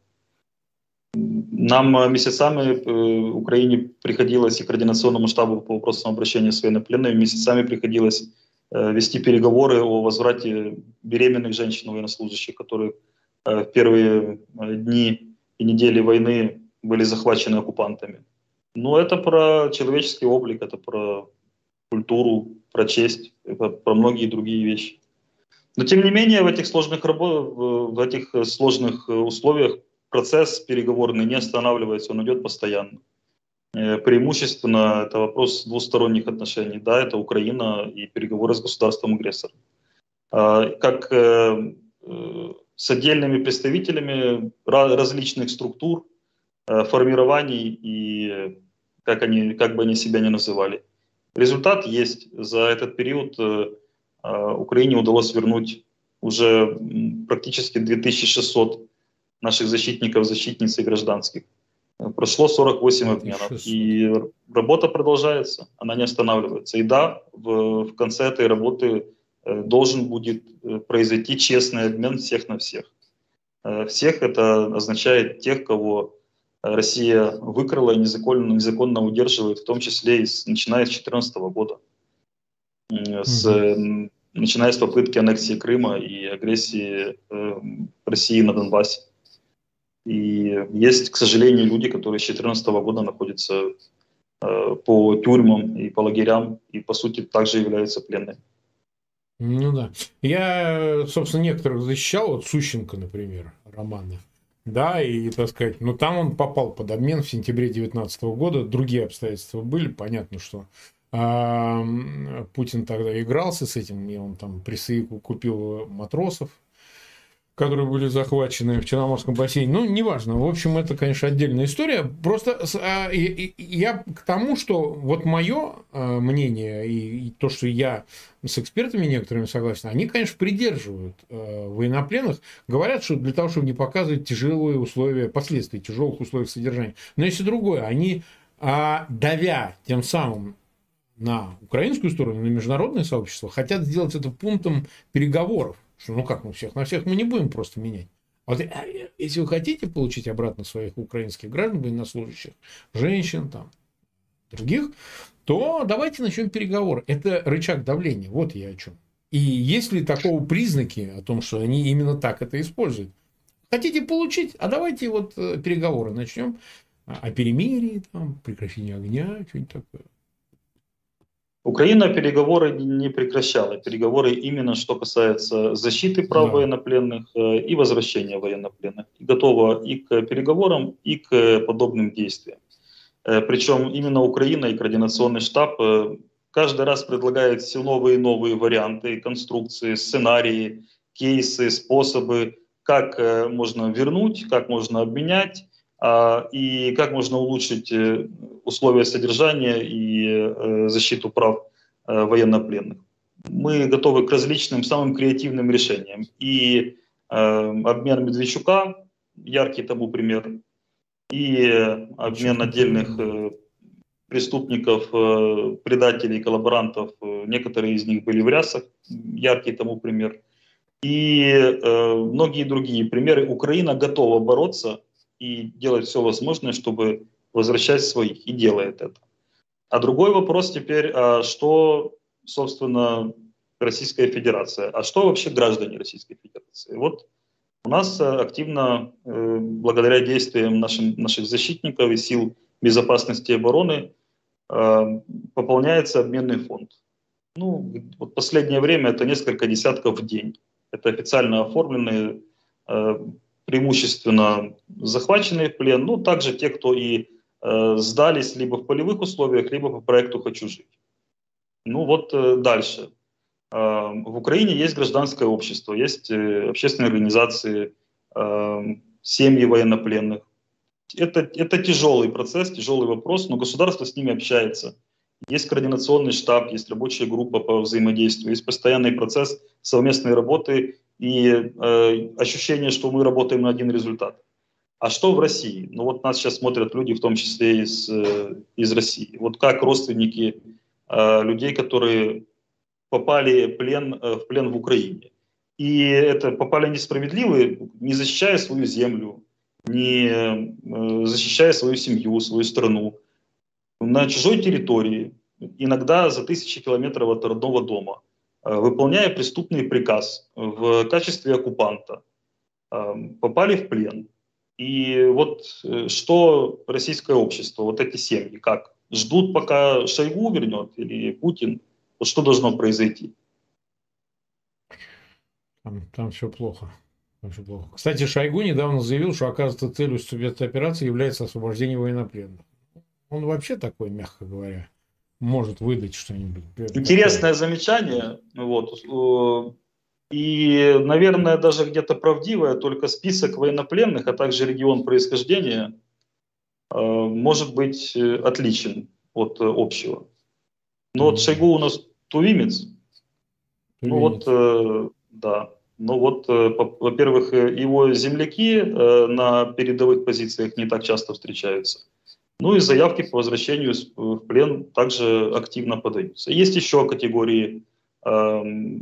Нам месяцами Украине приходилось, и Координационному штабу по вопросам обращения с военнопленными, месяцами приходилось вести переговоры о возврате беременных женщин военнослужащих, которые в первые дни и недели войны были захвачены оккупантами. Но это про человеческий облик, это про культуру, про честь, это про многие другие вещи. Но тем не менее в этих сложных условиях процесс переговорный не останавливается, он идет постоянно. Преимущественно это вопрос двусторонних отношений. Да, это Украина и переговоры с государством-агрессором. Как с отдельными представителями различных структур, формирований и как бы они себя ни называли. Результат есть. За этот период Украине удалось вернуть уже практически 2600 наших защитников, защитниц и гражданских. Прошло 48 обменов. И работа продолжается, она не останавливается. И да, в конце этой работы должен будет произойти честный обмен всех на всех. всех это означает тех, кого Россия выкрала и незаконно удерживает, в том числе начиная с 2014 года, начиная с попытки аннексии Крыма и агрессии России на Донбассе. И есть, к сожалению, люди, которые с 2014 года находятся по тюрьмам и по лагерям, и, по сути, также являются пленными. Ну да. Я, собственно, некоторых защищал, вот Сущенко, например, Романа. Да, и, так сказать, ну там он попал под обмен в сентябре 2019 года. Другие обстоятельства были. Понятно, что Путин тогда игрался с этим, и он там купил матросов, которые были захвачены в Черноморском бассейне. Ну, неважно. В общем, это, конечно, отдельная история. Просто я к тому, что вот мое мнение и то, что я с экспертами некоторыми согласен, они, конечно, придерживают военнопленных. Говорят, что для того, чтобы не показывать тяжелые условия, последствия тяжелых условий содержания. Но если другое, они, давя тем самым на украинскую сторону, на международное сообщество, хотят сделать это пунктом переговоров. Что, ну как мы всех? На всех мы не будем просто менять. Вот, если вы хотите получить обратно своих украинских граждан, военнослужащих, женщин, там, других, то давайте начнем переговоры. Это рычаг давления. Вот я о чем. И есть ли такого признаки о том, что они именно так это используют? Хотите получить? А давайте вот переговоры начнем о перемирии, там, прекращении огня, что-нибудь такое. Украина переговоры не прекращала. Переговоры именно что касается защиты прав военнопленных и возвращения военнопленных. И готова и к переговорам, и к подобным действиям. Причем именно Украина и координационный штаб каждый раз предлагает все новые и новые варианты, конструкции, сценарии, кейсы, способы, как можно вернуть, как можно обменять, и как можно улучшить условия содержания и защиту прав военнопленных. Мы готовы к различным самым креативным решениям. И обмен Медведчука, яркий тому пример, и обмен отдельных преступников, предателей, коллаборантов, некоторые из них были в рясах, яркий тому пример, и многие другие примеры. Украина готова бороться и делать все возможное, чтобы возвращать своих, и делает это. А другой вопрос теперь, что, собственно, Российская Федерация, а что вообще граждане Российской Федерации? Вот у нас активно, благодаря действиям наших защитников и сил безопасности и обороны, пополняется обменный фонд. Ну, вот последнее время это несколько десятков в день. Это официально оформленные, преимущественно захваченные в плен, ну, также те, кто и сдались либо в полевых условиях, либо по проекту «Хочу жить». Ну вот дальше. В Украине есть гражданское общество, есть общественные организации, семьи военнопленных. Это тяжелый процесс, тяжелый вопрос, но государство с ними общается. Есть координационный штаб, есть рабочая группа по взаимодействию, есть постоянный процесс совместной работы и ощущение, что мы работаем на один результат. А что в России? Ну вот нас сейчас смотрят люди, в том числе из России. Вот как родственники людей, которые попали в плен в Украине. И это попали несправедливые, не защищая свою землю, не защищая свою семью, свою страну, на чужой территории, иногда за тысячи километров от родного дома, выполняя преступный приказ в качестве оккупанта, попали в плен. И вот что российское общество, вот эти семьи, как? Ждут, пока Шойгу вернет или Путин? Вот что должно произойти? Там все плохо. Кстати, Шойгу недавно заявил, что, оказывается, целью спецоперации является освобождение военнопленных. Он вообще такой, мягко говоря, может выдать что-нибудь. Интересное замечание. Вот. И, наверное, даже где-то правдивое, только список военнопленных, а также регион происхождения может быть отличен от общего. Но вот Шойгу у нас тувинец. Ну вот, да. Ну вот, во-первых, его земляки на передовых позициях не так часто встречаются. Ну и заявки по возвращению в плен также активно подаются. Есть еще категории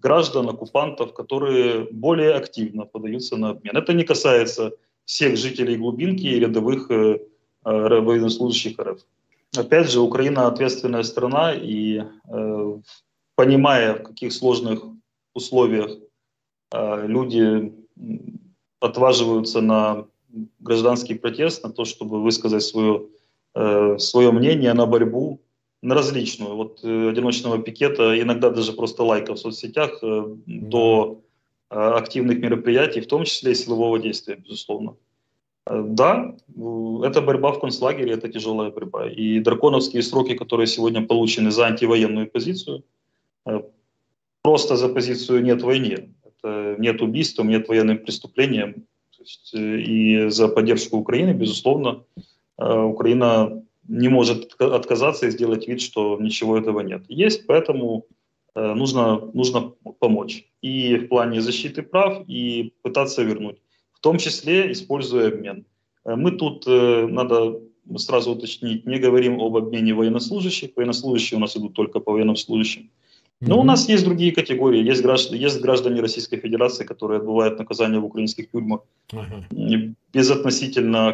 граждан, оккупантов, которые более активно подаются на обмен. Это не касается всех жителей глубинки и рядовых военнослужащих РФ. Опять же, Украина ответственная страна, и понимая, в каких сложных условиях люди отваживаются на гражданский протест, на то, чтобы высказать свое мнение, на борьбу, на различную, от одиночного пикета, иногда даже просто лайков в соцсетях, до активных мероприятий, в том числе и силового действия, безусловно. Да, это борьба в концлагере, это тяжелая борьба. И драконовские сроки, которые сегодня получены за антивоенную позицию, просто за позицию «нет войне», это нет убийствам, нет военным преступлениям, то есть, и за поддержку Украины, безусловно, Украина не может отказаться и сделать вид, что ничего этого нет. Есть, поэтому нужно помочь и в плане защиты прав, и пытаться вернуть, в том числе используя обмен. Мы тут, надо сразу уточнить, не говорим об обмене военнослужащих. Военнослужащие у нас идут только по военнослужащим. Но у нас есть другие категории. Есть граждане Российской Федерации, которые отбывают наказание в украинских тюрьмах безотносительно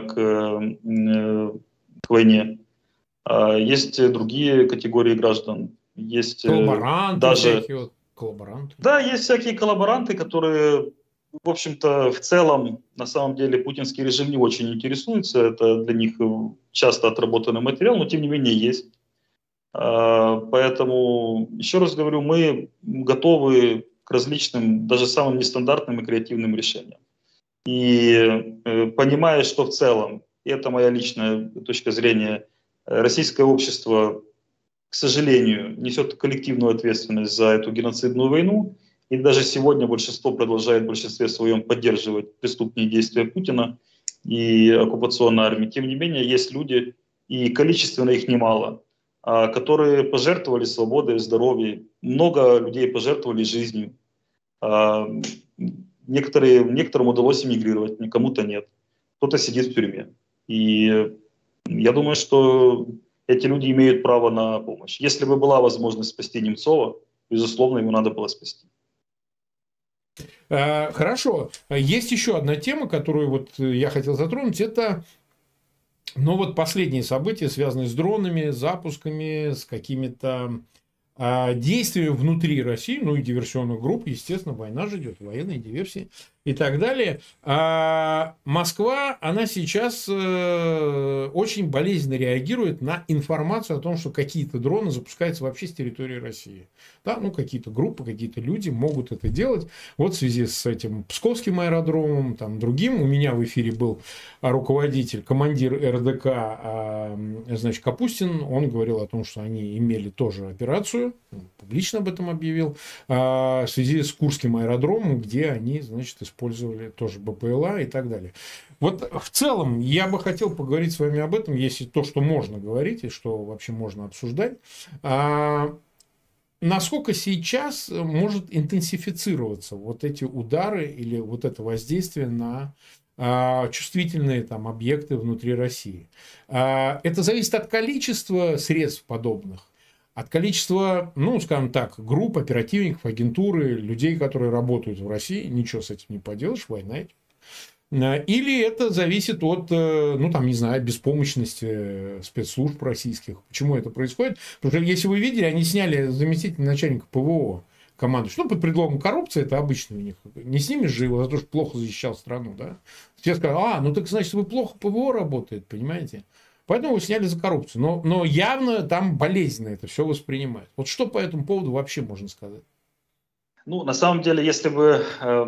к войне. Есть другие категории граждан. Есть коллаборанты, даже... коллаборанты. Да, есть всякие коллаборанты, которые, в общем-то, в целом, на самом деле, путинский режим не очень интересуется. Это для них часто отработанный материал, но тем не менее есть. Поэтому, еще раз говорю, мы готовы к различным, даже самым нестандартным и креативным решениям. И понимая, что в целом, и это моя личная точка зрения, российское общество, к сожалению, несет коллективную ответственность за эту геноцидную войну, и даже сегодня большинство продолжает в большинстве своем поддерживать преступные действия Путина и оккупационной армии. Тем не менее, есть люди, и количественно их немало, которые пожертвовали свободой, здоровьем. Много людей пожертвовали жизнью. Некоторым удалось эмигрировать, кому-то нет. Кто-то сидит в тюрьме. И я думаю, что эти люди имеют право на помощь. Если бы была возможность спасти Немцова, безусловно, его надо было спасти. Хорошо. Есть еще одна тема, которую вот я хотел затронуть. Это последние события, связанные с дронами, запусками, с какими-то действиями внутри России, и диверсионных групп, естественно, война же идет, военные диверсии и так далее. Москва, она сейчас очень болезненно реагирует на информацию о том, что какие-то дроны запускаются вообще с территории России. Да, какие-то группы, какие-то люди могут это делать. Вот в связи с этим Псковским аэродромом, другим. У меня в эфире был руководитель, командир РДК, Капустин. Он говорил о том, что они имели тоже операцию, публично об этом объявил, в связи с Курским аэродромом, где они, использовали тоже БПЛА и так далее. Вот в целом я бы хотел поговорить с вами об этом, если то, что можно говорить и что вообще можно обсуждать. Насколько сейчас может интенсифицироваться вот эти удары или вот это воздействие на чувствительные объекты внутри России? Это зависит от количества средств подобных, от количества, групп, оперативников, агентуры, людей, которые работают в России. Ничего с этим не поделаешь, война идет. Или это зависит от, беспомощности спецслужб российских. Почему это происходит? Потому что, если вы видели, они сняли заместителя начальника ПВО команду. Под предлогом коррупции, это обычно у них. Не снимешь же его за то, что плохо защищал страну, да? Все сказали, так значит, вы плохо ПВО работает, понимаете? Поэтому его сняли за коррупцию. Но явно там болезненно это все воспринимают. Вот что по этому поводу вообще можно сказать? На самом деле, если бы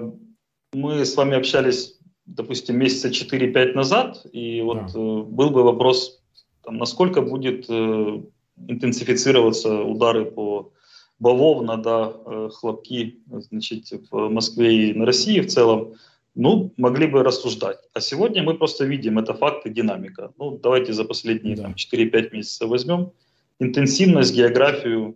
мы с вами общались, допустим, месяца 4-5 назад, и был бы вопрос, насколько будет интенсифицироваться удары по бавовна, хлопки, в Москве и на России в целом, могли бы рассуждать. А сегодня мы просто видим, это факты, динамика. Давайте за последние 4-5 месяцев возьмем интенсивность, географию,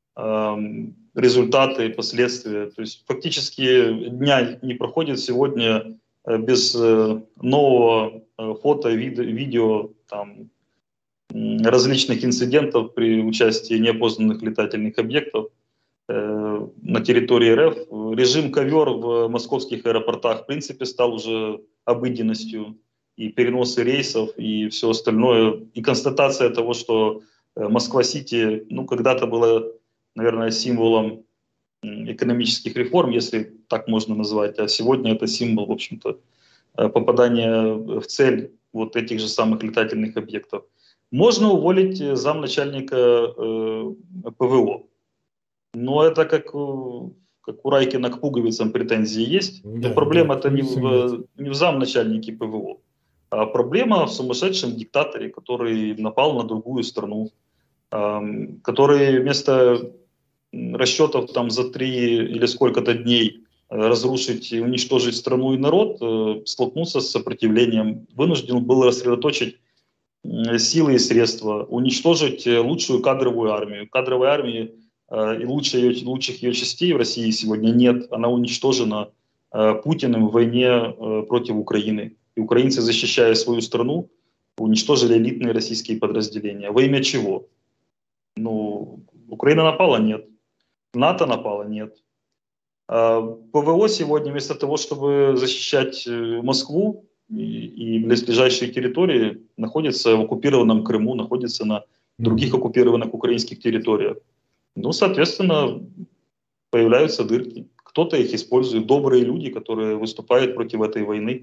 результаты, последствия. То есть фактически дня не проходит сегодня без нового фото, видео, различных инцидентов при участии неопознанных летательных объектов. на территории РФ. Режим ковер в московских аэропортах в принципе стал уже обыденностью. И переносы рейсов, и все остальное. И констатация того, что Москва-Сити, ну, когда-то была, наверное, символом экономических реформ, если так можно назвать, а сегодня это символ, в общем-то, попадания в цель вот этих же самых летательных объектов. Можно уволить замначальника ПВО. Но это как у Райкина к пуговицам претензии есть. Но Да, проблема-то не пуговицы не в замначальнике ПВО, а проблема в сумасшедшем диктаторе, который напал на другую страну, который вместо расчетов там за 3 или сколько-то дней разрушить и уничтожить страну и народ, столкнулся с сопротивлением, вынужден был рассредоточить силы и средства, уничтожить лучшую кадровую армию. Кадровой армии и лучших ее частей в России сегодня нет. Она уничтожена Путиным в войне против Украины. И украинцы, защищая свою страну, уничтожили элитные российские подразделения. Во имя чего? Ну, Украина напала? Нет. НАТО напало? Нет. ПВО сегодня вместо того, чтобы защищать Москву и близлежащие территории, находится в оккупированном Крыму, находится на других оккупированных украинских территориях. Ну, соответственно, появляются дырки. Кто-то их использует, добрые люди, которые выступают против этой войны.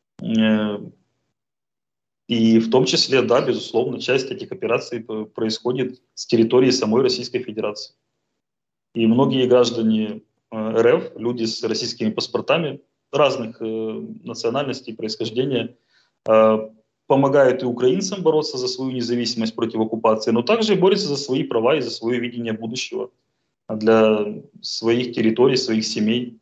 И в том числе, да, безусловно, часть этих операций происходит с территории самой Российской Федерации. И многие граждане РФ, люди с российскими паспортами разных национальностей, происхождения, помогают и украинцам бороться за свою независимость против оккупации, но также и борются за свои права и за свое видение будущего для своих территорий, своих семей.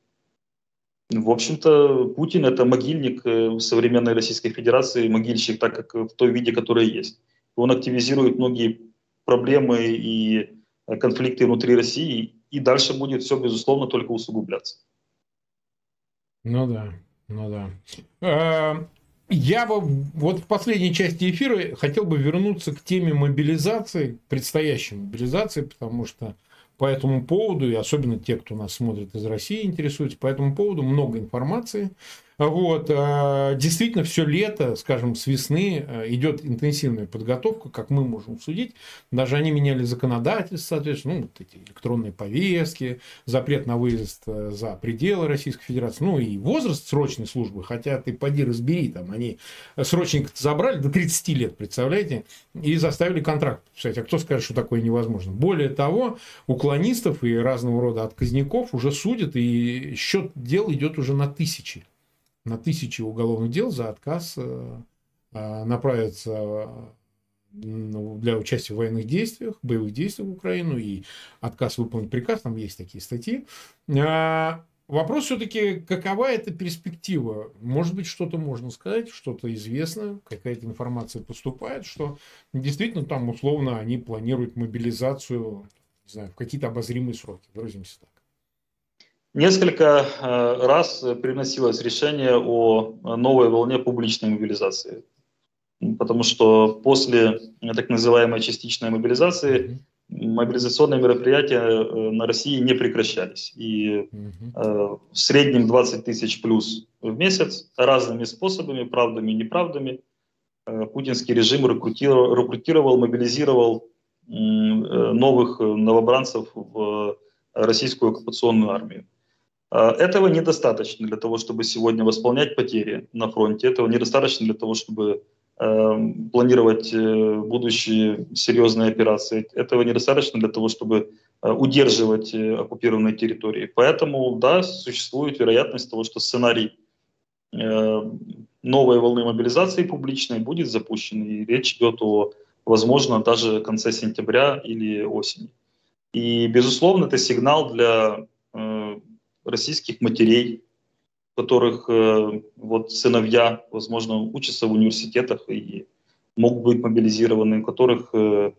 В общем-то, Путин — это могильник современной Российской Федерации, могильщик, так как в той виде, который есть. Он активизирует многие проблемы и конфликты внутри России, и дальше будет все, безусловно, только усугубляться. Ну да, ну да. Я бы вот в последней части эфира хотел бы вернуться к теме мобилизации, предстоящей мобилизации, потому что по этому поводу, и особенно те, кто нас смотрит из России, интересуются, по этому поводу много информации. Вот. Действительно, все лето, скажем, с весны идет интенсивная подготовка, как мы можем судить. Даже они меняли законодательство, соответственно, ну, вот эти электронные повестки, запрет на выезд за пределы Российской Федерации, ну и возраст срочной службы, хотя ты поди разбери, там они срочника забрали до 30 лет, представляете, и заставили контракт подписать. А кто скажет, что такое невозможно? Более того, уклонистов и разного рода отказников уже судят, и счет дел идет уже на тысячи уголовных дел за отказ направиться для участия в военных действиях, боевых действиях в Украину и отказ выполнить приказ, там есть такие статьи. Вопрос все-таки, какова эта перспектива? Может быть, что-то можно сказать, что-то известно, какая-то информация поступает, что действительно там условно они планируют мобилизацию, не знаю, в какие-то обозримые сроки, выразимся так. Несколько раз приносилось решение о новой волне публичной мобилизации. Потому что после так называемой частичной мобилизации мобилизационные мероприятия на России не прекращались. И в среднем 20 тысяч плюс в месяц разными способами, правдами и неправдами, путинский режим рекрутировал, мобилизировал новых новобранцев в российскую оккупационную армию. Этого недостаточно для того, чтобы сегодня восполнять потери на фронте. Этого недостаточно для того, чтобы планировать будущие серьезные операции. Этого недостаточно для того, чтобы удерживать оккупированные территории. Поэтому, да, существует вероятность того, что сценарий новой волны мобилизации публичной будет запущен. И речь идет о, возможно, даже конце сентября или осени. И, безусловно, это сигнал для российских матерей, у которых вот сыновья, возможно, учатся в университетах и могут быть мобилизированы, у которых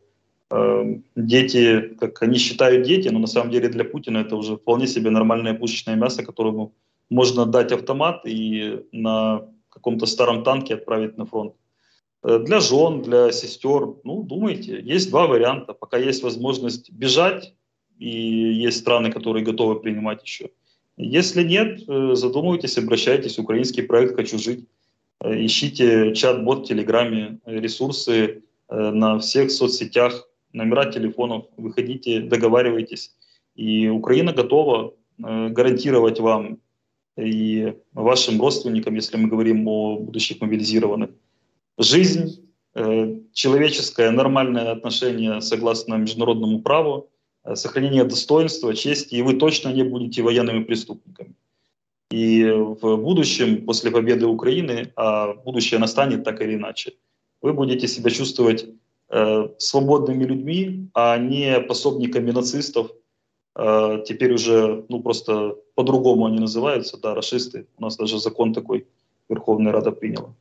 дети, как они считают дети, но на самом деле для Путина это уже вполне себе нормальное пушечное мясо, которому можно дать автомат и на каком-то старом танке отправить на фронт. Для жен, для сестер, ну, думайте, есть два варианта. Пока есть возможность бежать и есть страны, которые готовы принимать еще. Если нет, задумывайтесь, обращайтесь. Украинский проект «Хочу жить». Ищите чат-бот в Телеграме, ресурсы на всех соцсетях, номера телефонов. Выходите, договаривайтесь. И Украина готова гарантировать вам и вашим родственникам, если мы говорим о будущих мобилизированных, жизнь, человеческое, нормальное отношение согласно международному праву, сохранение достоинства, чести, и вы точно не будете военными преступниками. И в будущем, после победы Украины, а будущее настанет так или иначе, вы будете себя чувствовать свободными людьми, а не пособниками нацистов. Теперь уже, просто по-другому они называются, да, рашисты. У нас даже закон такой Верховная Рада приняла.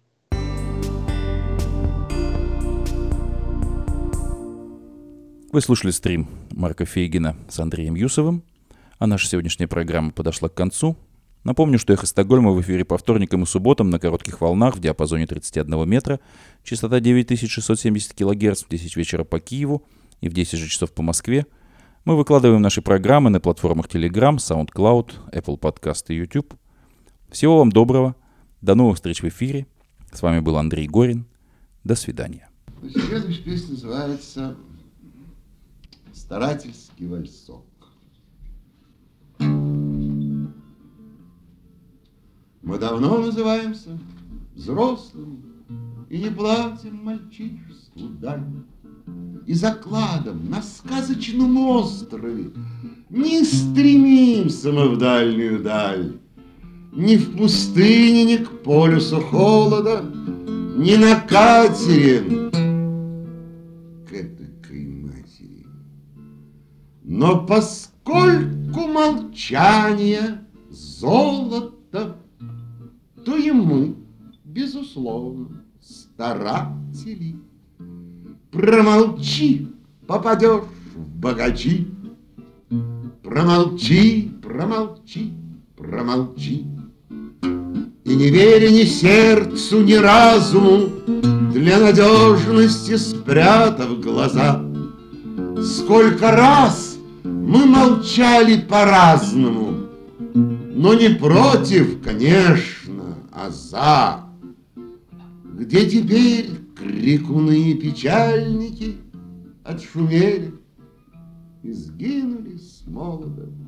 Вы слушали стрим Марка Фейгина с Андреем Юсовым, а наша сегодняшняя программа подошла к концу. Напомню, что «Эхо Стокгольма» в эфире по вторникам и субботам на коротких волнах в диапазоне 31 метра, частота 9670 кГц в 10 вечера по Киеву и в 10 же часов по Москве. Мы выкладываем наши программы на платформах Telegram, SoundCloud, Apple Podcast и YouTube. Всего вам доброго, до новых встреч в эфире. С вами был Андрей Горин. До свидания. Следующая песня называется «Старательский вальсок». Мы давно называемся взрослыми и не платим мальчишеству дань. И закладом на сказочном острове не стремимся мы в дальнюю даль. Ни в пустыне, ни к полюсу холода, ни на катере к этакой матери. Но поскольку молчание золото, то и мы, безусловно, старатели. Промолчи, попадешь в богачи. Промолчи, промолчи, промолчи. И не веря ни сердцу, ни разуму, для надежности спрятав глаза. Сколько раз мы молчали по-разному, но не против, конечно, а за. Где теперь крикуны и печальники отшумели и сгинули с молодом?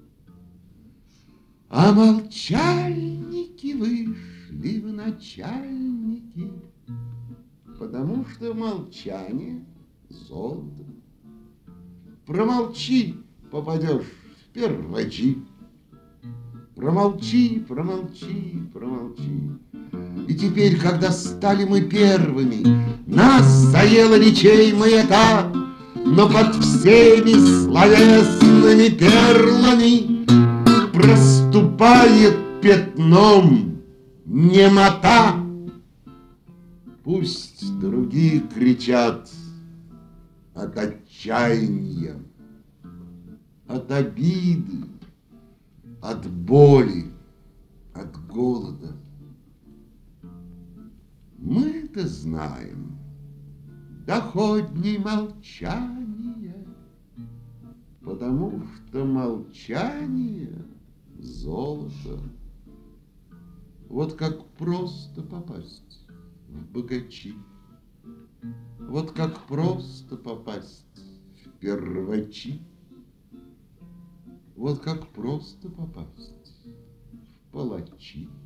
А молчальники вышли в начальники, потому что молчание золото. Промолчи, попадешь в первачи. Промолчи, промолчи, промолчи. И теперь, когда стали мы первыми, нас заела речей маята, но под всеми словесными перлами проступает пятном немота. Пусть другие кричат от отчаяния, от обиды, от боли, от голода. Мы-то знаем доходней молчания, потому что молчание — золото. Вот как просто попасть в богачи, вот как просто попасть в первачи, вот как просто попасть в палачи.